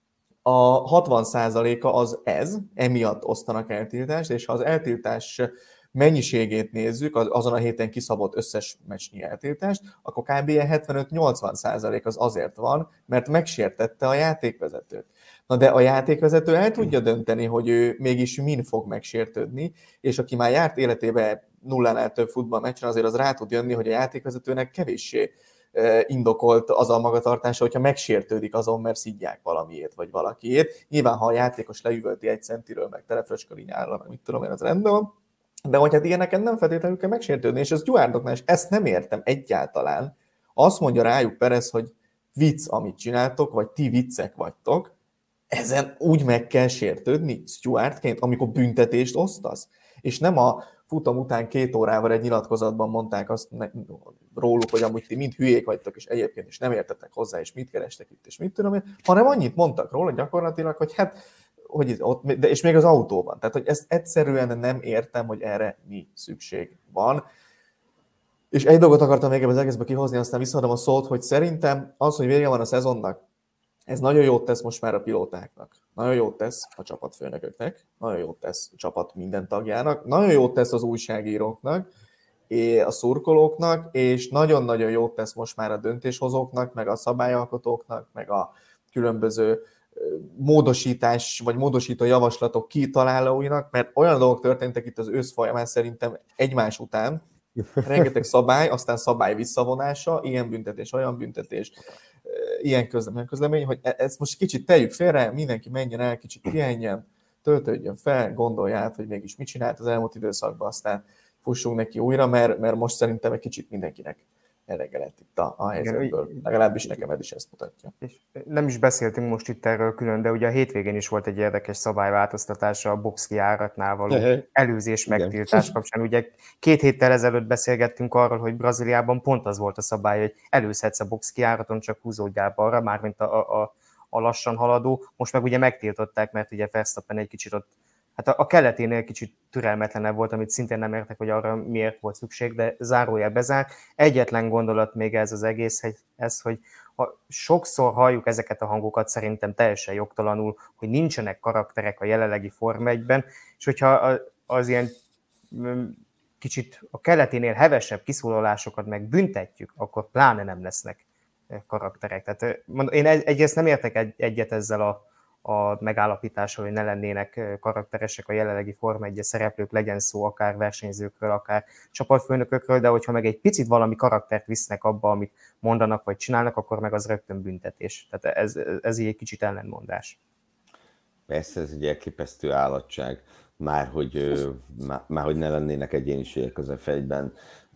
a 60%-a az emiatt osztanak eltiltást, és ha az eltiltás mennyiségét nézzük, azon a héten kiszabott összes meccsnyi eltiltást, akkor kb. 75-80% az azért van, mert megsértette a játékvezetőt. Na de a játékvezető el tudja dönteni, hogy ő mégis min fog megsértődni, és aki már járt életében 0-nál több futballmeccsen, azért az rá tud jönni, hogy a játékvezetőnek kevéssé indokolt az a magatartása, hogyha megsértődik azon, mert szidják valamiét, vagy valakiét. Nyilván, ha a játékos leüvölti 1 centiről, meg telefröcskalinyállal, meg mit tudom én, az rendben van, de hogy hát ilyeneken nem feltétlenül kell megsértődni, és ez stewardoknál is ezt nem értem egyáltalán. Azt mondja rájuk Perez, hogy vicc, amit csináltok, vagy ti viccek vagytok, ezen úgy meg kell sértődni stewardként, amikor büntetést osztasz. És nem a futam után 2 órával egy nyilatkozatban mondták azt róluk, hogy amúgy ti mind hülyék vagytok, és egyébként is nem értetek hozzá, és mit kerestek itt, és mit tudom én, hanem annyit mondtak róla gyakorlatilag, hogy hát, hogy ott, és még az autóban. Tehát, hogy ezt egyszerűen nem értem, hogy erre mi szükség van. És egy dolgot akartam még ebben az egészben kihozni, aztán visszaadom a szót, hogy szerintem az, hogy vége van a szezonnak, ez nagyon jót tesz most már a pilótáknak, nagyon jót tesz a csapatfőnököknek, nagyon jót tesz a csapat minden tagjának, nagyon jót tesz az újságíróknak, a szurkolóknak, és nagyon-nagyon jót tesz most már a döntéshozóknak, meg a szabályalkotóknak, meg a különböző módosítás vagy módosító javaslatok kitalálóinak, mert olyan dolgok történtek itt az ősz folyamán szerintem egymás után, rengeteg szabály, aztán szabály visszavonása, ilyen büntetés, olyan büntetés, ilyen közlemény, hogy ezt most kicsit tegyük félre, mindenki menjen el, kicsit pihenjen, töltődjön fel, gondolja át, hogy mégis mit csinált az elmúlt időszakban, aztán fussunk neki újra, mert most szerintem egy kicsit mindenkinek elege lett itt a helyzetből. Legalábbis nekem ez is ezt mutatja. És nem is beszéltünk most itt erről külön, de ugye a hétvégén is volt egy érdekes szabályváltoztatása a boxkijáratnál való előzés megtiltás kapcsán. Ugye 2 héttel ezelőtt beszélgettünk arról, hogy Brazíliában pont az volt a szabály, hogy előszedsz a boxkijáraton, csak húzódjál balra, mármint a lassan haladó. Most meg ugye megtiltották, mert ugye Verstappen egy kicsit ott, hát a keleténél kicsit türelmetlenebb volt, amit szintén nem értek, hogy arra miért volt szükség, de zárójel bezár. Egyetlen gondolat még ez az egész, hogy ha sokszor halljuk ezeket a hangokat, szerintem teljesen jogtalanul, hogy nincsenek karakterek a jelenlegi Forma 1-ben, és hogyha az ilyen kicsit a keletinél hevesebb kiszólalásokat meg büntetjük, akkor pláne nem lesznek karakterek. Tehát én egyrészt nem értek egyet ezzel a megállapítással, hogy ne lennének karakteresek a jelenlegi Forma 1-es szereplők, legyen szó akár versenyzőkről, akár csapatfőnökökről, de hogyha meg egy picit valami karaktert visznek abba, amit mondanak vagy csinálnak, akkor meg az rögtön büntetés. Tehát ez így egy kicsit ellentmondás. Persze, ez egy elképesztő állatság, már hogy ne lennének egyéniségek az F1-ben.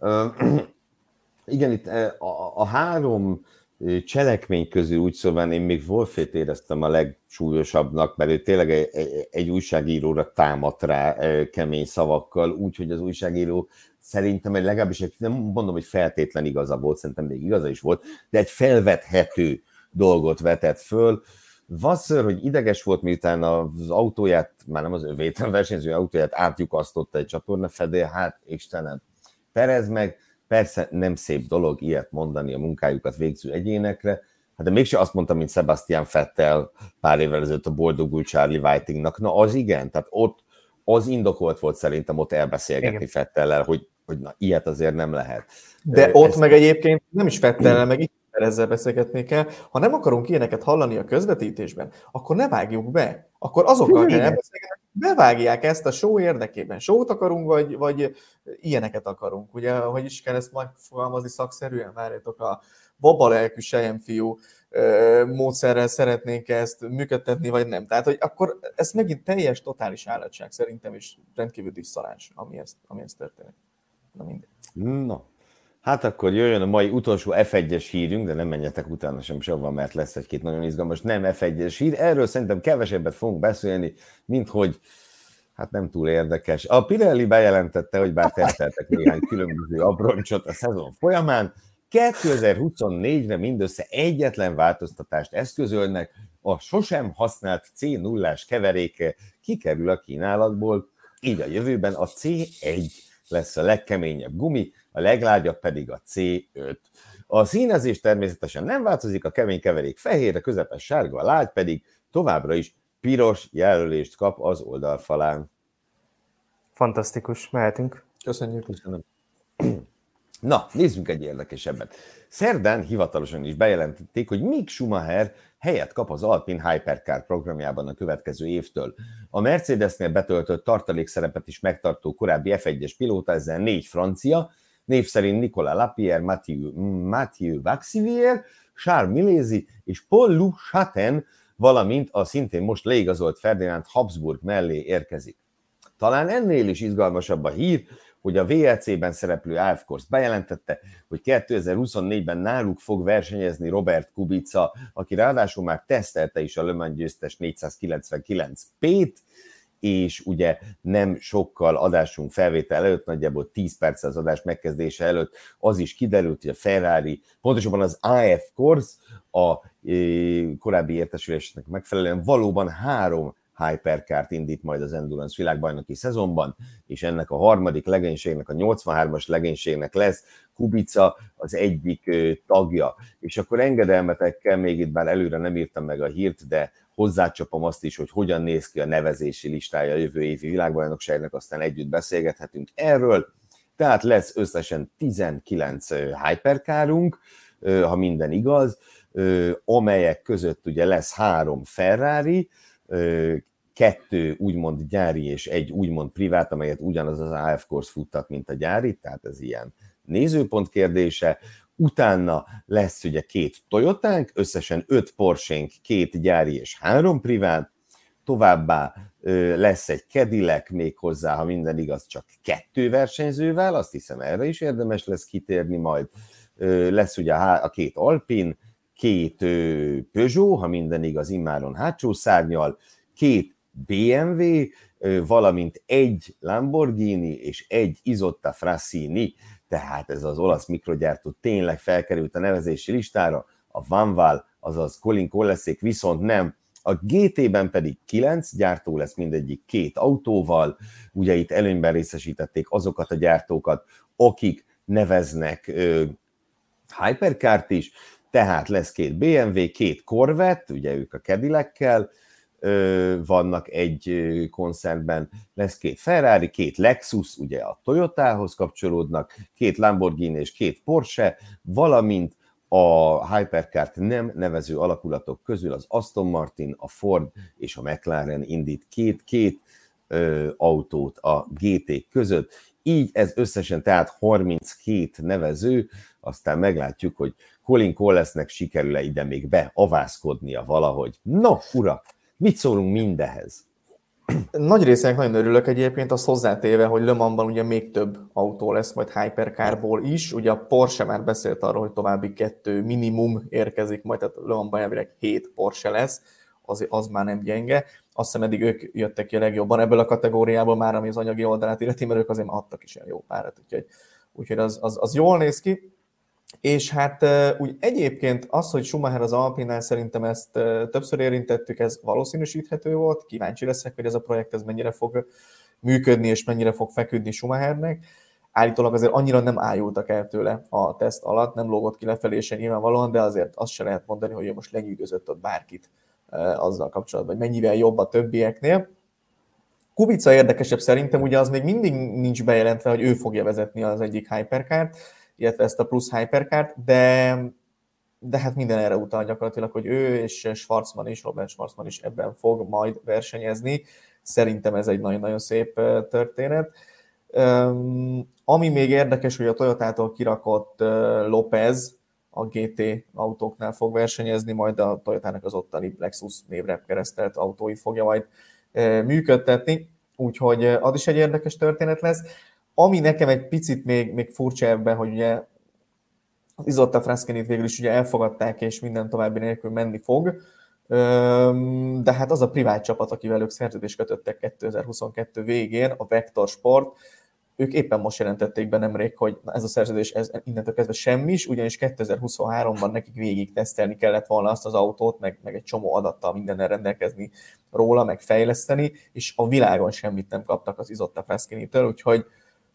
Igen, itt a három cselekmény közül úgy szóval én még Wolfét éreztem a legsúlyosabbnak, mert ő tényleg egy újságíróra támadt rá kemény szavakkal, úgyhogy az újságíró szerintem legalábbis nem mondom, hogy feltétlen igaza volt, szerintem még igaza is volt, de egy felvethető dolgot vetett föl. Vasseur, hogy ideges volt, miután az autóját, már nem az övét, a versenyző autóját átlyukasztotta egy csatornafedél, hát Istenem. Perez meg persze nem szép dolog ilyet mondani a munkájukat végző egyénekre, hát de mégsem azt mondtam, mint Sebastian Vettel pár évvel ezelőtt a boldogult Charlie Whitingnak. Na az igen, tehát ott az indokolt volt szerintem ott elbeszélgetni Vettellel, hogy na ilyet azért nem lehet. De ott meg egyébként nem is Vettellel, meg itt ezzel beszélgetni kell. Ha nem akarunk ilyeneket hallani a közvetítésben, akkor ne vágjuk be. Akkor azokkal kell beszélgetni, bevágják ezt a show érdekében. Show-t akarunk, vagy ilyeneket akarunk. Ugye, hogy is kell ezt megfogalmazni szakszerűen? Várjátok, a babalelkű selyemfiú módszerrel szeretnénk ezt működtetni, vagy nem. Tehát, hogy akkor ez megint teljes, totális állatság szerintem, és rendkívül diszonás, ami ez történik. Na mindegy. Na. Hát akkor jöjjön a mai utolsó F1-es hírünk, de nem menjetek utána sem sehova, mert lesz egy-két nagyon izgalmas nem F1-es hír. Erről szerintem kevesebbet fogunk beszélni, mint hogy hát nem túl érdekes. A Pirelli bejelentette, hogy bár teszteltek néhány különböző abroncsot a szezon folyamán, 2024-re mindössze egyetlen változtatást eszközölnek, a sosem használt C0-ás keveréke kikerül a kínálatból, így a jövőben a C1 lesz a legkeményebb gumi, a leglágyabb pedig a C5. A színezés természetesen nem változik, a kemény keverék fehér, a közepes sárga, a lágy pedig továbbra is piros jelölést kap az oldalfalán. Fantasztikus, mehetünk. Köszönjük. Köszönöm. Na, nézzünk egy érdekesebbet. Szerdán hivatalosan is bejelentették, hogy Mick Schumacher helyet kap az Alpine Hypercar programjában a következő évtől. A Mercedesnél betöltött tartalékszerepet is megtartó korábbi F1-es pilóta, ezzel 4 francia, név szerint Nicolas Lapierre, Mathieu Vaxivier, Charles Milesi és Paul Chaten, valamint a szintén most leigazolt Ferdinand Habsburg mellé érkezik. Talán ennél is izgalmasabb a hír, hogy a VLC-ben szereplő AF Corse bejelentette, hogy 2024-ben náluk fog versenyezni Robert Kubica, aki ráadásul már tesztelte is a Le Mans győztes 499P-t, és ugye nem sokkal adásunk felvétel előtt, nagyjából 10 perccel az adás megkezdése előtt az is kiderült, hogy a Ferrari, pontosabban az AF Corse a korábbi értesülésnek megfelelően valóban 3 Hypercart indít majd az Endurance világbajnoki szezonban, és ennek a harmadik legénységnek, a 83-as legénységnek lesz Kubica az egyik tagja. És akkor engedelmetekkel, még itt bár előre nem írtam meg a hírt, de hozzácsapom azt is, hogy hogyan néz ki a nevezési listája a jövő évi világbajnokságnak, aztán együtt beszélgethetünk erről. Tehát lesz összesen 19 Hypercarunk, ha minden igaz, amelyek között ugye lesz 3 Ferrari, 2 úgymond gyári és 1 úgymond privát, amelyet ugyanaz az AF Corse futtat, mint a gyári, tehát ez ilyen nézőpont kérdése. Utána lesz ugye 2 Toyotánk, összesen 5 Porsche-nk, 2 gyári és 3 privát, továbbá lesz egy Cadillac méghozzá, ha minden igaz, csak 2 versenyzővel, azt hiszem erre is érdemes lesz kitérni majd. Lesz ugye a 2 Alpine, 2 Peugeot, ha minden igaz, immáron hátsó szárnnyal, 2 BMW, valamint 1 Lamborghini és 1 Isotta Frassini, tehát ez az olasz mikrogyártó tényleg felkerült a nevezési listára, a Vanval, azaz Colin Kolleszék viszont nem, a GT-ben pedig 9 gyártó lesz, mindegyik 2 autóval, ugye itt előnyben részesítették azokat a gyártókat, akik neveznek Hypercart is, tehát lesz 2 BMW, 2 Corvette, ugye ők a Cadillac-kel, vannak egy koncertben, lesz 2 Ferrari, 2 Lexus, ugye a Toyotához kapcsolódnak, 2 Lamborghini és 2 Porsche, valamint a Hypercar-t nem nevező alakulatok közül az Aston Martin, a Ford és a McLaren indít két autót a GT között. Így ez összesen tehát 32 nevező, aztán meglátjuk, hogy Colin Kollesnek sikerül-e ide még beavászkodnia valahogy. No, urak, mit szólunk mindehez? Nagy részének nagyon örülök egyébként, azt hozzátéve, hogy Le Mansban ugye még több autó lesz majd Hypercarból is. Ugye a Porsche már beszélt arról, hogy további 2 minimum érkezik, majd tehát Le Mansban elvileg 7 Porsche lesz, az már nem gyenge. Azt hiszem eddig ők jöttek ki a legjobban ebből a kategóriából már, ami az anyagi oldalát illeti, mert ők azért már adtak is ilyen jó párat, úgyhogy az jól néz ki. És hát úgy egyébként az, hogy Schumacher az Alpinál, szerintem ezt többször érintettük, ez valószínűsíthető volt, kíváncsi leszek, hogy ez a projekt ez mennyire fog működni, és mennyire fog feküdni Schumachernek. Állítólag azért annyira nem ájultak el tőle a teszt alatt, nem lógott ki lefelé se nyilvánvalóan, de azért azt se lehet mondani, hogy ő most lenyűgözött ott bárkit azzal kapcsolatban, hogy mennyivel jobb a többieknél. Kubica érdekesebb szerintem, ugye az még mindig nincs bejelentve, hogy ő fogja vezetni az egyik Hypercart, illetve ezt a plusz Hypercart, de hát minden erre utal gyakorlatilag, hogy ő és Robert Schwarzman is ebben fog majd versenyezni. Szerintem ez egy nagyon-nagyon szép történet. Ami még érdekes, hogy a Toyotától kirakott Lopez a GT autóknál fog versenyezni, majd a Toyotának az ottani Lexus névre keresztelt autói fogja majd működtetni, úgyhogy az is egy érdekes történet lesz. Ami nekem egy picit még furcsa ebben, hogy ugye az Isotta Fraskinit végül is ugye elfogadták, és minden további nélkül menni fog, de hát az a privát csapat, akivel ők szerződést kötöttek 2022 végén, a Vector Sport, ők éppen most jelentették be nemrég, hogy ez a szerződés ez innentől kezdve semmis, ugyanis 2023-ban nekik végig tesztelni kellett volna azt az autót, meg egy csomó adattal mindennel rendelkezni róla, meg fejleszteni, és a világon semmit nem kaptak az Isotta Fraskinitől, úgyhogy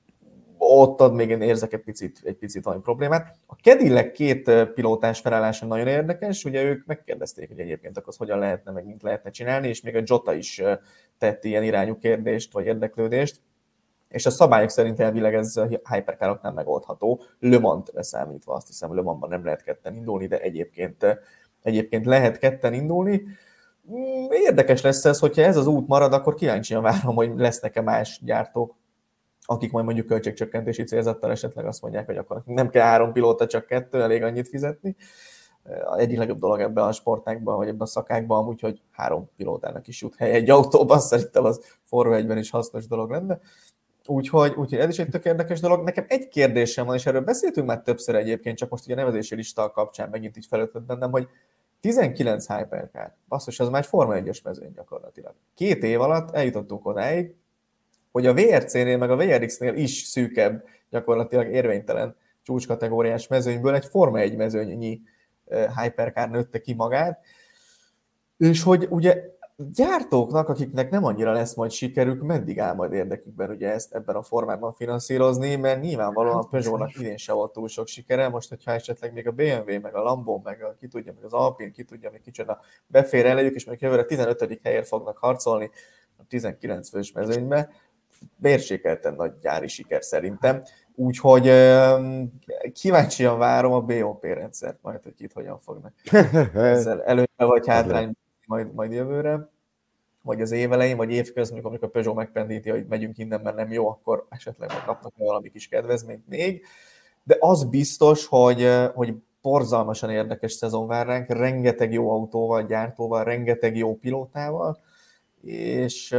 ott még én érzek egy picit valami problémát. A Cadillac 2 pilótás felállása nagyon érdekes, ugye ők megkérdezték, hogy egyébként akkor hogyan lehetne, meg mint lehetne csinálni, és még a Jota is tett ilyen irányú kérdést, vagy érdeklődést, és a szabályok szerint elvileg ez a Hypercaroknál megoldható, Le Mans-t leszámítva, azt hiszem Le Mansban nem lehet ketten indulni, de egyébként lehet ketten indulni. Érdekes lesz ez, hogyha ez az út marad, akkor kíváncsian várom, hogy lesznek-e más gyártók, akik majd mondjuk költségcsökkentési célzattal esetleg azt mondják, hogy akkor nem kell 3 pilóta, csak 2, elég annyit fizetni. Egyik legjobb dolog ebben a sportákban, vagy ebben a szakákban amúgy, hogy 3 pilótának is jut hely egy autóban, szerintem az Forma 1-ben is hasznos dolog lenne. Úgyhogy ez is egy tök érdekes dolog. Nekem egy kérdésem van, és erről beszéltünk már többször egyébként, csak most ugye a nevezési lista kapcsán megint így felötött bennem, hogy 19 Hypercar, basszus, az már egy Forma 1-es mezőny gyakorlatilag. 2 év alatt eljutottunk odáig, hogy a VRC-nél meg a VRX-nél is szűkebb, gyakorlatilag érvénytelen csúcskategóriás mezőnyből egy Forma 1 mezőnyi Hypercar nőtte ki magát, és hogy ugye gyártóknak, akiknek nem annyira lesz majd sikerük, meddig áll majd érdekükben ugye ezt ebben a formában finanszírozni, mert nyilvánvalóan a Peugeotnak idén se volt túl sok sikere, most hogyha esetleg még a BMW, meg a Lambo, meg ki tudja, meg az Alpine, ki tudja, még kicsoda befér elejük, és még jövőre 15. helyért fognak harcolni a 19 fős mezőnybe, mérsékelten nagy gyári siker szerintem. Úgyhogy kíváncsian várom a BOP rendszert, majd hogy itt hogyan fognak ezzel előnybe vagy hátrány majd jövőre, vagy az év elején, vagy évközben, amikor a Peugeot megpendíti, hogy megyünk innen, mert nem jó, akkor esetleg kapnak valami kis kedvezményt még. De az biztos, hogy borzalmasan érdekes szezon vár ránk, rengeteg jó autóval, gyártóval, rengeteg jó pilótával, és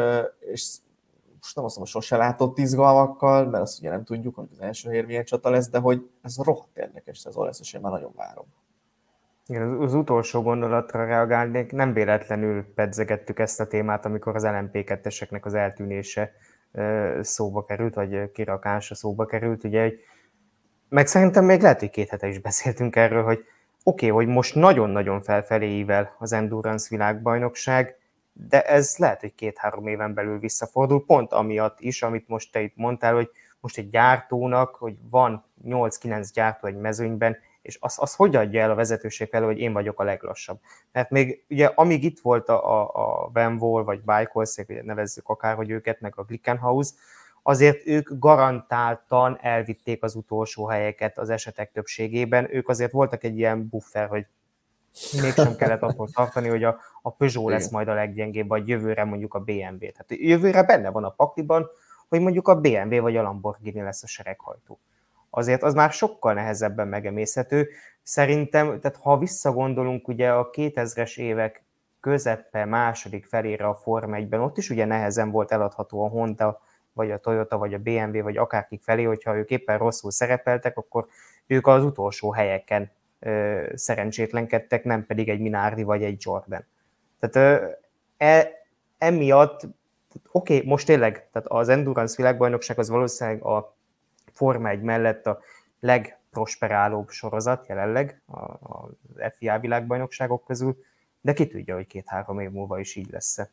most nem azt mondom, sose látott izgalmakkal, mert azt ugye nem tudjuk, hogy az első ér milyen csata lesz, de hogy ez rohadt érdekes szezon lesz, és én már nagyon várom. Igen, az utolsó gondolatra reagálnék, nem véletlenül pedzegettük ezt a témát, amikor az LMP2-eseknek az eltűnése szóba került, vagy kirakása szóba került, ugye, meg szerintem még lehet, hogy 2 hete is beszéltünk erről, hogy oké, hogy most nagyon-nagyon felfelé ível az Endurance világbajnokság, de ez lehet, hogy 2-3 éven belül visszafordul, pont amiatt is, amit most te itt mondtál, hogy most egy gyártónak, hogy van 8-9 gyártó egy mezőnyben, És azt hogy adja el a vezetőség felől, hogy én vagyok a leglassabb. Mert még ugye amíg itt volt a Van Wall, vagy Bike-Olszék, ugye nevezzük akárhogy őket, meg a Glickenhaus, azért ők garantáltan elvitték az utolsó helyeket az esetek többségében. Ők azért voltak egy ilyen buffer, hogy mégsem kellett attól tartani, hogy a Peugeot lesz majd a leggyengébb, vagy jövőre mondjuk a BMW. Tehát jövőre benne van a pakliban, hogy mondjuk a BMW vagy a Lamborghini lesz a sereghajtó. Azért az már sokkal nehezebben megemészhető. Szerintem, tehát ha visszagondolunk ugye a 2000-es évek közepe második felére a Forma 1-ben, ott is ugye nehezen volt eladható a Honda, vagy a Toyota, vagy a BMW, vagy akárkik felé, hogyha ők éppen rosszul szerepeltek, akkor ők az utolsó helyeken szerencsétlenkedtek, nem pedig egy Minardi vagy egy Jordan. Tehát emiatt, oké, most tényleg, tehát az Endurance világbajnokság az valószínűleg a Forma 1 mellett a legprosperálóbb sorozat jelenleg az FIA világbajnokságok közül, de ki tudja, hogy 2-3 év múlva is így lesz-e.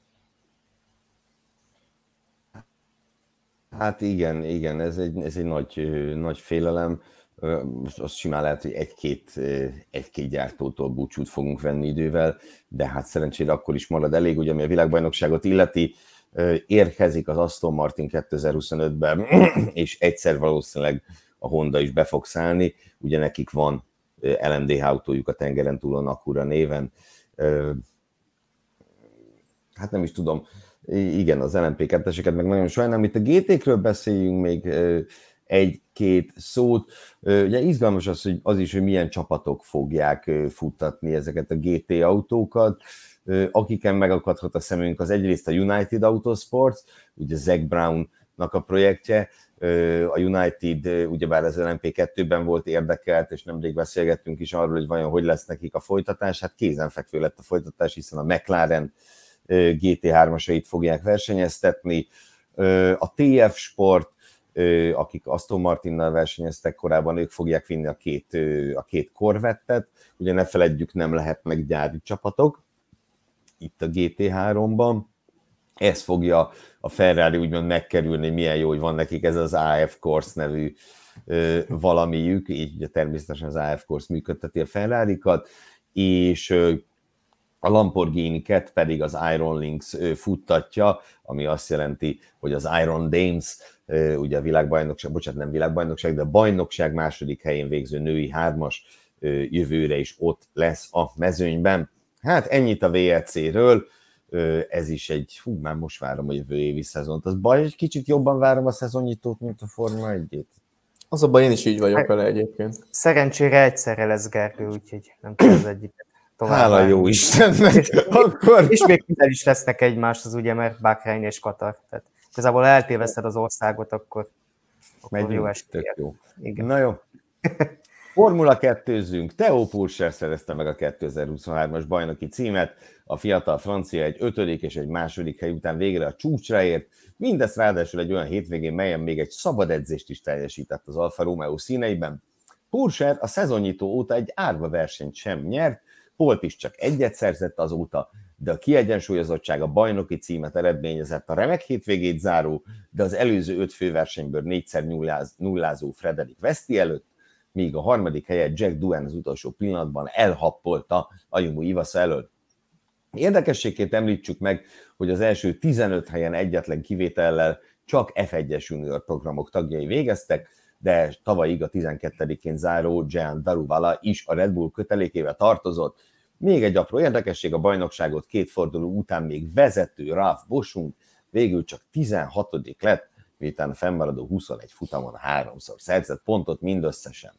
Hát igen, ez egy nagy félelem. Az simán lehet, hogy egy-két gyártótól búcsút fogunk venni idővel, de hát szerencsére akkor is marad elég, ugye ami a világbajnokságot illeti, érkezik az Aston Martin 2025-ben, és egyszer valószínűleg a Honda is be fog szállni, ugye nekik van LMDH autójuk a tengeren túlon Acura néven. Hát nem is tudom, igen, az LMP2-eseket meg nagyon sajnálom. Itt a GT-kről beszéljünk még egy-két szót. Ugye izgalmas az is, hogy milyen csapatok fogják futtatni ezeket a GT autókat. Akiken megakadhat a szemünk, az egyrészt a United Autosports, ugye Zac Brownnak a projektje. A United ugyebár az LMP2-ben volt érdekelt, és nemrég beszélgettünk is arról, hogy vajon hogy lesz nekik a folytatás. Hát kézenfekvő lett a folytatás, hiszen a McLaren GT3-asait fogják versenyeztetni. A TF Sport, akik Aston Martinnal versenyeztek korábban, ők fogják vinni a két Corvettet. Ugye ne feledjük, nem lehetnek gyári csapatok itt a GT3-ban. Ez fogja a Ferrari úgymond megkerülni, milyen jó, hogy van nekik ez az AF Corse nevű valamiük, így ugye természetesen az AF Corse működteti a Ferrarikat, és a Lamborghini-ket pedig az Iron Lynx futtatja, ami azt jelenti, hogy az Iron Dames, ugye a világbajnokság, nem világbajnokság, de a bajnokság második helyén végző női 3-as jövőre is ott lesz a mezőnyben. Hát ennyit a WRC-ről, ez is már most várom a jövő évi szezont. Az baj, hogy kicsit jobban várom a szezonnyitót, mint a Forma 1-ét. Az a baj, én is így vagyok vele egyébként. Szerencsére egyszerre lesz Gergő, úgyhogy nem kell az egyiket tovább. Hála jó Istennek! És még közel is lesznek egymáshoz, ugye, mert Bahrein és Katar. Tehát igazából eltéveszted az országot, akkor jó esélye. Jó. Igen. Na jó. Formula 2-zünk. Theo Pourchaire szerezte meg a 2023-as bajnoki címet. A fiatal francia egy 5. és egy 2. hely után végre a csúcsra ért. Mindezt ráadásul egy olyan hétvégén, melyen még egy szabad edzést is teljesített az Alfa Romeo színeiben. Pourchaire a szezonnyitó óta egy árva versenyt sem nyert, Polt is csak egyet szerzett azóta, de a kiegyensúlyozottság a bajnoki címet eredményezett, a remek hétvégét záró, de az előző 5 főversenyből 4-szer nullázó Frederick Veszti előtt, míg a 3. helyet Jack Doohan az utolsó pillanatban elhappolta Ayumu Iwasa elől. Érdekességként említsük meg, hogy az első 15 helyen egyetlen kivétellel csak F1-es junior programok tagjai végeztek, de tavalyig a 12-én záró Jean Daruvala is a Red Bull kötelékével tartozott. Még egy apró érdekesség, a bajnokságot 2 forduló után még vezető Ralf Boschung végül csak 16. lett, miután a fennmaradó 21 futamon 3-szor szerzett pontot mindösszesen.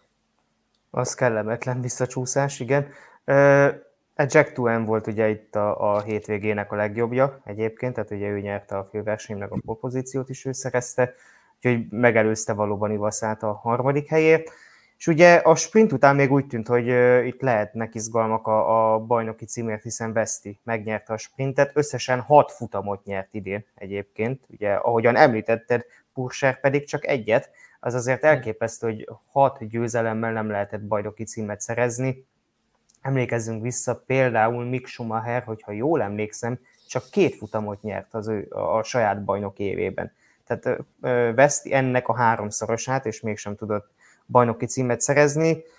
Az kellemetlen visszacsúszás, igen. Jack Doohan volt ugye itt a hétvégének a legjobbja egyébként, tehát ugye ő nyerte a főversenynek a propozíciót is, ő szerezte, úgyhogy megelőzte valóban Iwasát a 3. helyért. És ugye a sprint után még úgy tűnt, hogy itt lehetnek izgalmak a bajnoki címért, hiszen Veszti megnyerte a sprintet, összesen 6 futamot nyert idén egyébként, ugye ahogyan említetted, Pourchaire pedig csak egyet, az azért elképesztő, hogy 6 győzelemmel nem lehetett bajnoki címet szerezni. Emlékezzünk vissza, például Mick Schumacher, hogyha jól emlékszem, csak 2 futamot nyert a saját bajnok évében. Tehát Veszti ennek a 3-szorosát, és mégsem tudott bajnoki címet szerezni.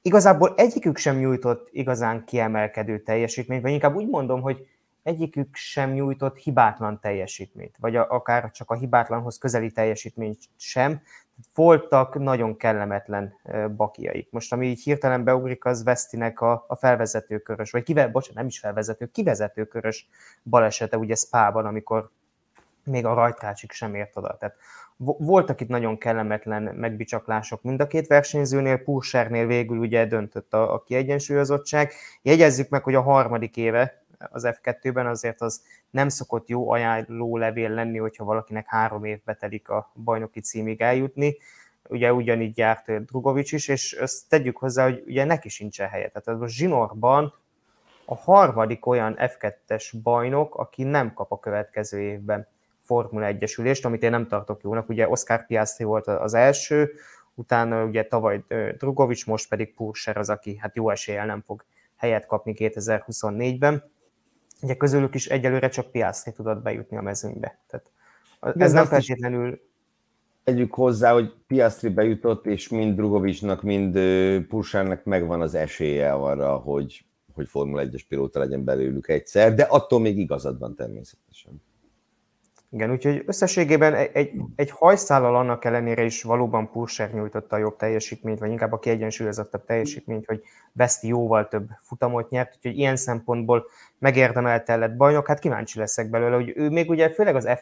igazából egyikük sem nyújtott igazán kiemelkedő teljesítményt, vagy inkább úgy mondom, hogy egyikük sem nyújtott hibátlan teljesítményt, vagy akár csak a hibátlanhoz közeli teljesítményt sem. Voltak nagyon kellemetlen bakiaik. Most, ami így hirtelen beugrik, az Vesztinek a felvezetőkörös, vagy nem is felvezető, kivezetőkörös balesete, ugye Spában, amikor még a rajtrácsig sem ért oda. Tehát voltak itt nagyon kellemetlen megbicsaklások mind a két versenyzőnél, Pourchaire-nél végül ugye döntött a kiegyensúlyozottság. Jegyezzük meg, hogy a harmadik éve az F2-ben azért az nem szokott jó ajánlólevél lenni, hogyha valakinek 3 évbe telik a bajnoki címig eljutni. Ugye ugyanígy járt Drugovics is, és ezt tegyük hozzá, hogy ugye neki sincsen helye. Tehát a zsinórban a harmadik olyan F2-es bajnok, aki nem kap a következő évben Formula 1-esülést, amit én nem tartok jónak. Ugye Oscar Piastri volt az első, utána ugye tavaly Drugovics, most pedig Pourchaire az, aki hát jó eséllyel nem fog helyet kapni 2024-ben. Ugye közülük is egyelőre csak Piastri tudott bejutni a mezőnybe. Tehát ez nem feltétlenül... Tegyük hozzá, hogy Piastri bejutott, és mind Drugovicsnak, mind Pourchaire-nek megvan az esélye arra, hogy Formula 1-es pilóta legyen belőlük egyszer, de attól még igazad van természetesen. Igen, úgyhogy összességében egy hajszállal annak ellenére is valóban Pourchaire nyújtotta a jobb teljesítményt, vagy inkább a kiegyensúlyozottabb teljesítményt, hogy Veszti jóval több futamot nyert, úgyhogy ilyen szempontból megérdemelte lett bajnok. Hát kíváncsi leszek belőle, hogy ő még ugye főleg az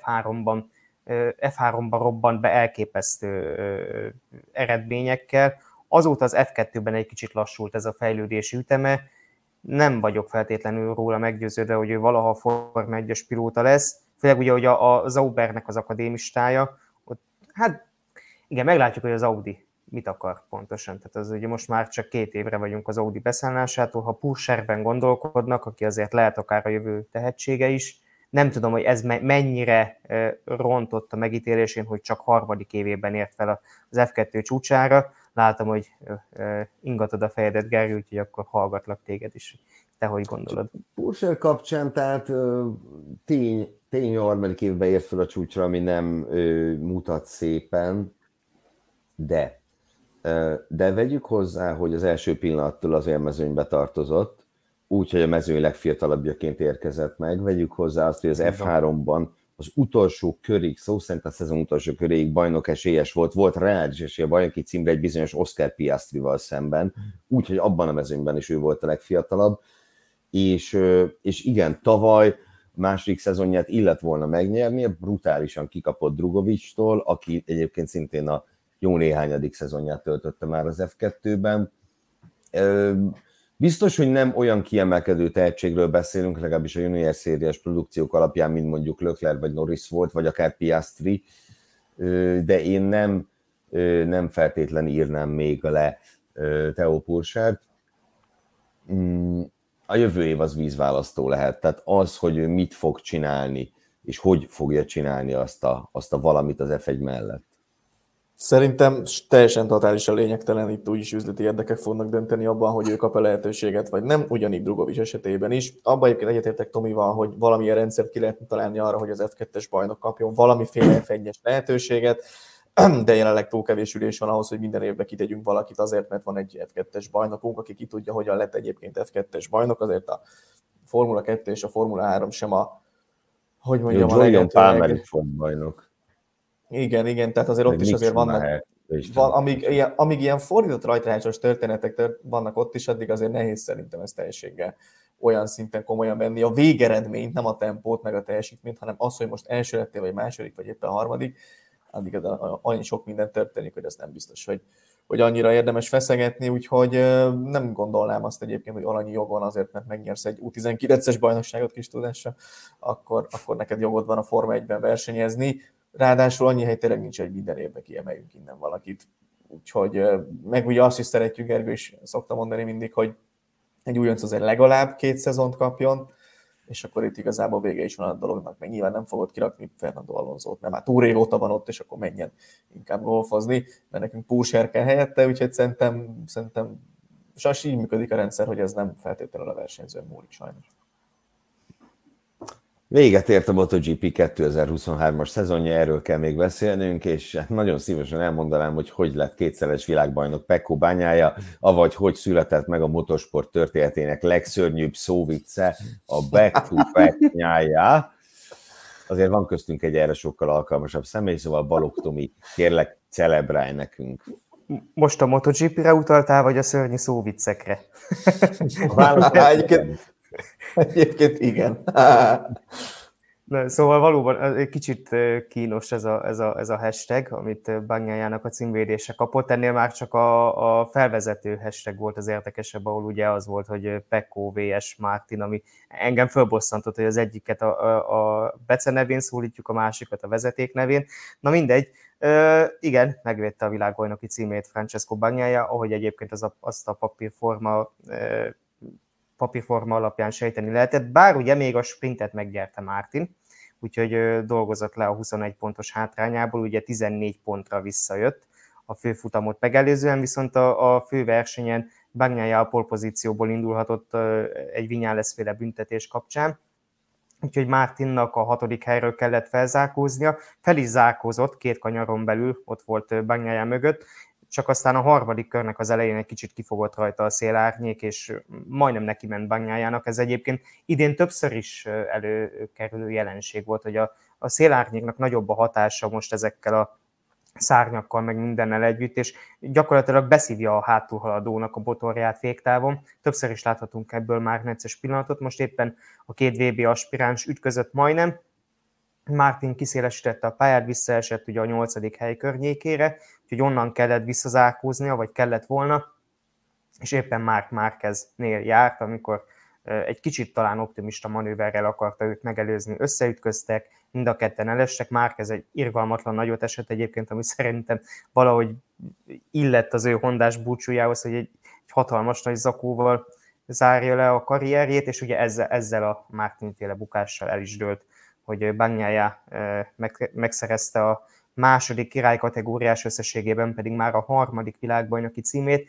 F3-ban robbant be elképesztő eredményekkel, azóta az F2-ben egy kicsit lassult ez a fejlődési üteme, nem vagyok feltétlenül róla meggyőződve, hogy ő valaha Forma 1-es pilóta lesz, főleg ugye, hogy a Zaubernek az akadémistája, ott, hát igen, meglátjuk, hogy az Audi mit akar pontosan. Tehát az ugye most már csak 2 évre vagyunk az Audi beszállásától, ha Pourchaire-ben gondolkodnak, aki azért lehet akár a jövő tehetsége is, nem tudom, hogy ez mennyire rontott a megítélésén, hogy csak harmadik évében ért fel az F2 csúcsára. Látom, hogy ingatod a fejedet, Gergő, úgyhogy akkor hallgatlak téged is. Te hogy gondolod? Pourchaire kapcsán, tehát tény a harmadik évben ért fel a csúcsra, ami nem mutat szépen, de vegyük hozzá, hogy az első pillanattól az élmezőnybe tartozott, úgyhogy a mezőny legfiatalabbjaként érkezett meg. Vegyük hozzá azt, hogy az F3-ban az utolsó körig, szó szerint a szezon utolsó körig bajnok esélyes volt reális esély a bajnoki címre egy bizonyos Oscar Piastrival szemben, úgyhogy abban a mezőnyben is ő volt a legfiatalabb, és igen, tavaly második szezonját illet volna megnyernie, brutálisan kikapott Drugovicstól, aki egyébként szintén a jó néhányadik szezonját töltötte már az F2-ben. Biztos, hogy nem olyan kiemelkedő tehetségről beszélünk, legalábbis a junior szériás produkciók alapján, mint mondjuk Leclerc vagy Norris volt, vagy akár Piastri, de én nem feltétlen írnám még le Theo Pourchaire-t. A jövő év az vízválasztó lehet, tehát az, hogy ő mit fog csinálni, és hogy fogja csinálni azt a valamit az F1 mellett. Szerintem teljesen totálisan lényegtelen, itt úgyis üzleti érdekek fognak dönteni abban, hogy ő kap-e lehetőséget, vagy nem, ugyanígy Drugovics esetében is. Abban egyébként egyetértek Tomival, hogy valamilyen rendszert ki lehetne találni arra, hogy az F2-es bajnok kapjon valamiféle F1-es lehetőséget, de jelenleg túl kevés ülés van ahhoz, hogy minden évben kitegyünk valakit azért, mert van egy F2-es bajnokunk, aki ki tudja, hogyan lett egyébként F2-es bajnok, azért a Formula 2 és a Formula 3 sem hogy mondjam, a lehetőleg... bajnok. Igen, tehát azért ott is azért vannak, amíg ilyen fordított rajtrácsos történetek vannak ott is, addig azért nehéz szerintem ezt teljességgel olyan szinten komolyan venni. A végeredményt, nem a tempót, meg a teljesítményt, hanem az, hogy most első lettél, vagy második, vagy éppen harmadik, addig annyi sok minden történik, hogy ez nem biztos, hogy annyira érdemes feszegetni, úgyhogy nem gondolnám azt egyébként, hogy alanyi jogon azért, mert megnyersz egy U19-es bajnokságot kis tudásra, akkor neked jogod van a Forma 1-ben versenyezni. Ráadásul annyi hely tényleg nincs, hogy minden évben kiemeljünk innen valakit. Úgyhogy meg ugye azt is szeretjük, Gergő is szokta mondani mindig, hogy egy újonc azért legalább 2 szezont kapjon, és akkor itt igazából vége is van a dolognak, meg nyilván nem fogod kirakni Fernando Alonsót, mert már túl régóta van ott, és akkor menjen inkább golfozni, mert nekünk Pourchaire kell helyette, úgyhogy szerintem sajnos így működik a rendszer, hogy ez nem feltétlenül a versenyzőn múlik sajnos. Véget ért a MotoGP 2023-as szezonja, erről kell még beszélnünk, és nagyon szívesen elmondanám, hogy lett kétszeres világbajnok Pecco Bagnaia, avagy hogy született meg a motorsport történetének legszörnyűbb szóvicce, a Back to Bagnaia. Azért van köztünk egy erre sokkal alkalmasabb személy, szóval Balogh Tomi, kérlek, celebrálj nekünk. Most a MotoGP-re utaltál, vagy a szörnyű szóviccekre? Egyébként igen. Szóval valóban egy kicsit kínos ez a hashtag, amit Bagnaiának a címvédése kapott. Ennél már csak a felvezető hashtag volt az érdekesebb, ahol ugye az volt, hogy Pecco vs. Martin, ami engem fölbosszantott, hogy az egyiket a Bece nevén szólítjuk, a másikat a vezeték nevén. Na mindegy, igen, megvédte a világbajnoki címét Francesco Bagnaia, ahogy egyébként azt a papírforma alapján sejteni lehetett, bár ugye még a sprintet megnyerte Martin, úgyhogy dolgozott le a 21 pontos hátrányából, ugye 14 pontra visszajött a főfutamot megelőzően, viszont a főversenyen Bagnaia a polpozícióból indulhatott egy Viñales-féle büntetés kapcsán, úgyhogy Martinnak a 6. helyről kellett felzárkóznia, fel is zárkózott 2 kanyaron belül, ott volt Bagnaia mögött, csak aztán a 3. körnek az elején egy kicsit kifogott rajta a szélárnyék, és majdnem neki ment Bagnaiának. Ez egyébként idén többször is előkerülő jelenség volt, hogy a szélárnyéknak nagyobb a hatása most ezekkel a szárnyakkal, meg mindennel együtt, és gyakorlatilag beszívja a hátulhaladónak a botorját féktávon. Többször is láthatunk ebből már necces pillanatot, most éppen a 2 VB aspiráns ütközött majdnem, Martin kiszélesítette a pályát, visszaesett ugye a 8. hely környékére, úgyhogy onnan kellett visszazárkóznia, vagy kellett volna, és éppen Marc Márqueznél járt, amikor egy kicsit talán optimista manőverrel akarta őt megelőzni, összeütköztek, mind a ketten elestek, Márquez egy irgalmatlan nagyot esett egyébként, ami szerintem valahogy illett az ő hondás búcsújához, hogy egy hatalmas nagy zakóval zárja le a karrierjét, és ugye ezzel a Martin-féle bukással el is dőlt, hogy Bagnaia megszerezte a 2. királykategóriás, összességében pedig már a 3. világbajnoki címét.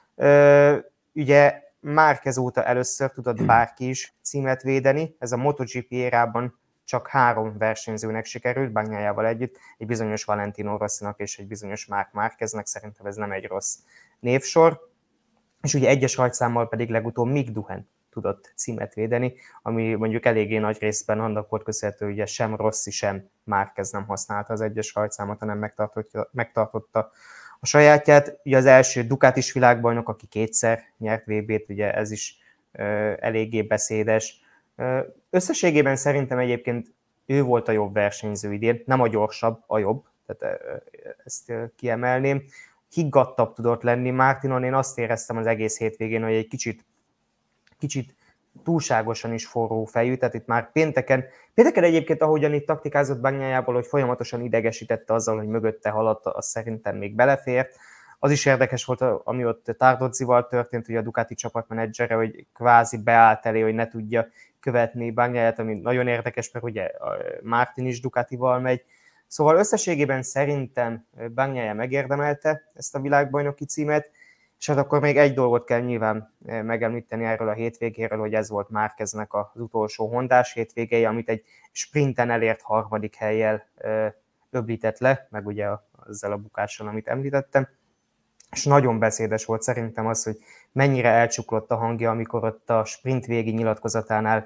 Ugye Márquez óta először tudott bárki is címet védeni, ez a MotoGP érában csak 3 versenyzőnek sikerült, Bagnaiával együtt, egy bizonyos Valentino Rossinak és egy bizonyos Marc Márqueznek, szerintem ez nem egy rossz névsor, és ugye egyes rajtszámmal pedig legutóbb Mick Duhan tudott címet védeni, ami mondjuk eléggé nagy részben annak volt köszönhető, hogy ugye sem Rossi, sem Márquez nem használta az egyes rajtszámot, hanem megtartotta a sajátját. Ugye az első Ducatis világbajnok, aki 2-szer nyert VB-t, ugye ez is eléggé beszédes. Összességében szerintem egyébként ő volt a jobb versenyző idén, nem a gyorsabb, a jobb, tehát ezt kiemelném. Higgadtabb tudott lenni Martinon, én azt éreztem az egész hétvégén, hogy egy kicsit túlságosan is forró fejű, tehát itt már pénteken egyébként, ahogyan itt taktikázott Bagnaiából, hogy folyamatosan idegesítette azzal, hogy mögötte haladt, az szerintem még belefért. Az is érdekes volt, ami ott Tardozzival történt, hogy a Ducati csapatmenedzsere, hogy kvázi beállt elé, hogy ne tudja követni Bagnaiát, ami nagyon érdekes, mert ugye Martin is Ducatival megy. Szóval összességében szerintem Bagnaia megérdemelte ezt a világbajnoki címet, és hát akkor még egy dolgot kell nyilván megemlíteni erről a hétvégéről, hogy ez volt Márqueznek az utolsó hondás hétvégéje, amit egy sprinten elért 3. hellyel öblített le, meg ugye ezzel a bukással, amit említettem. És nagyon beszédes volt szerintem az, hogy mennyire elcsuklott a hangja, amikor ott a sprint végi nyilatkozatánál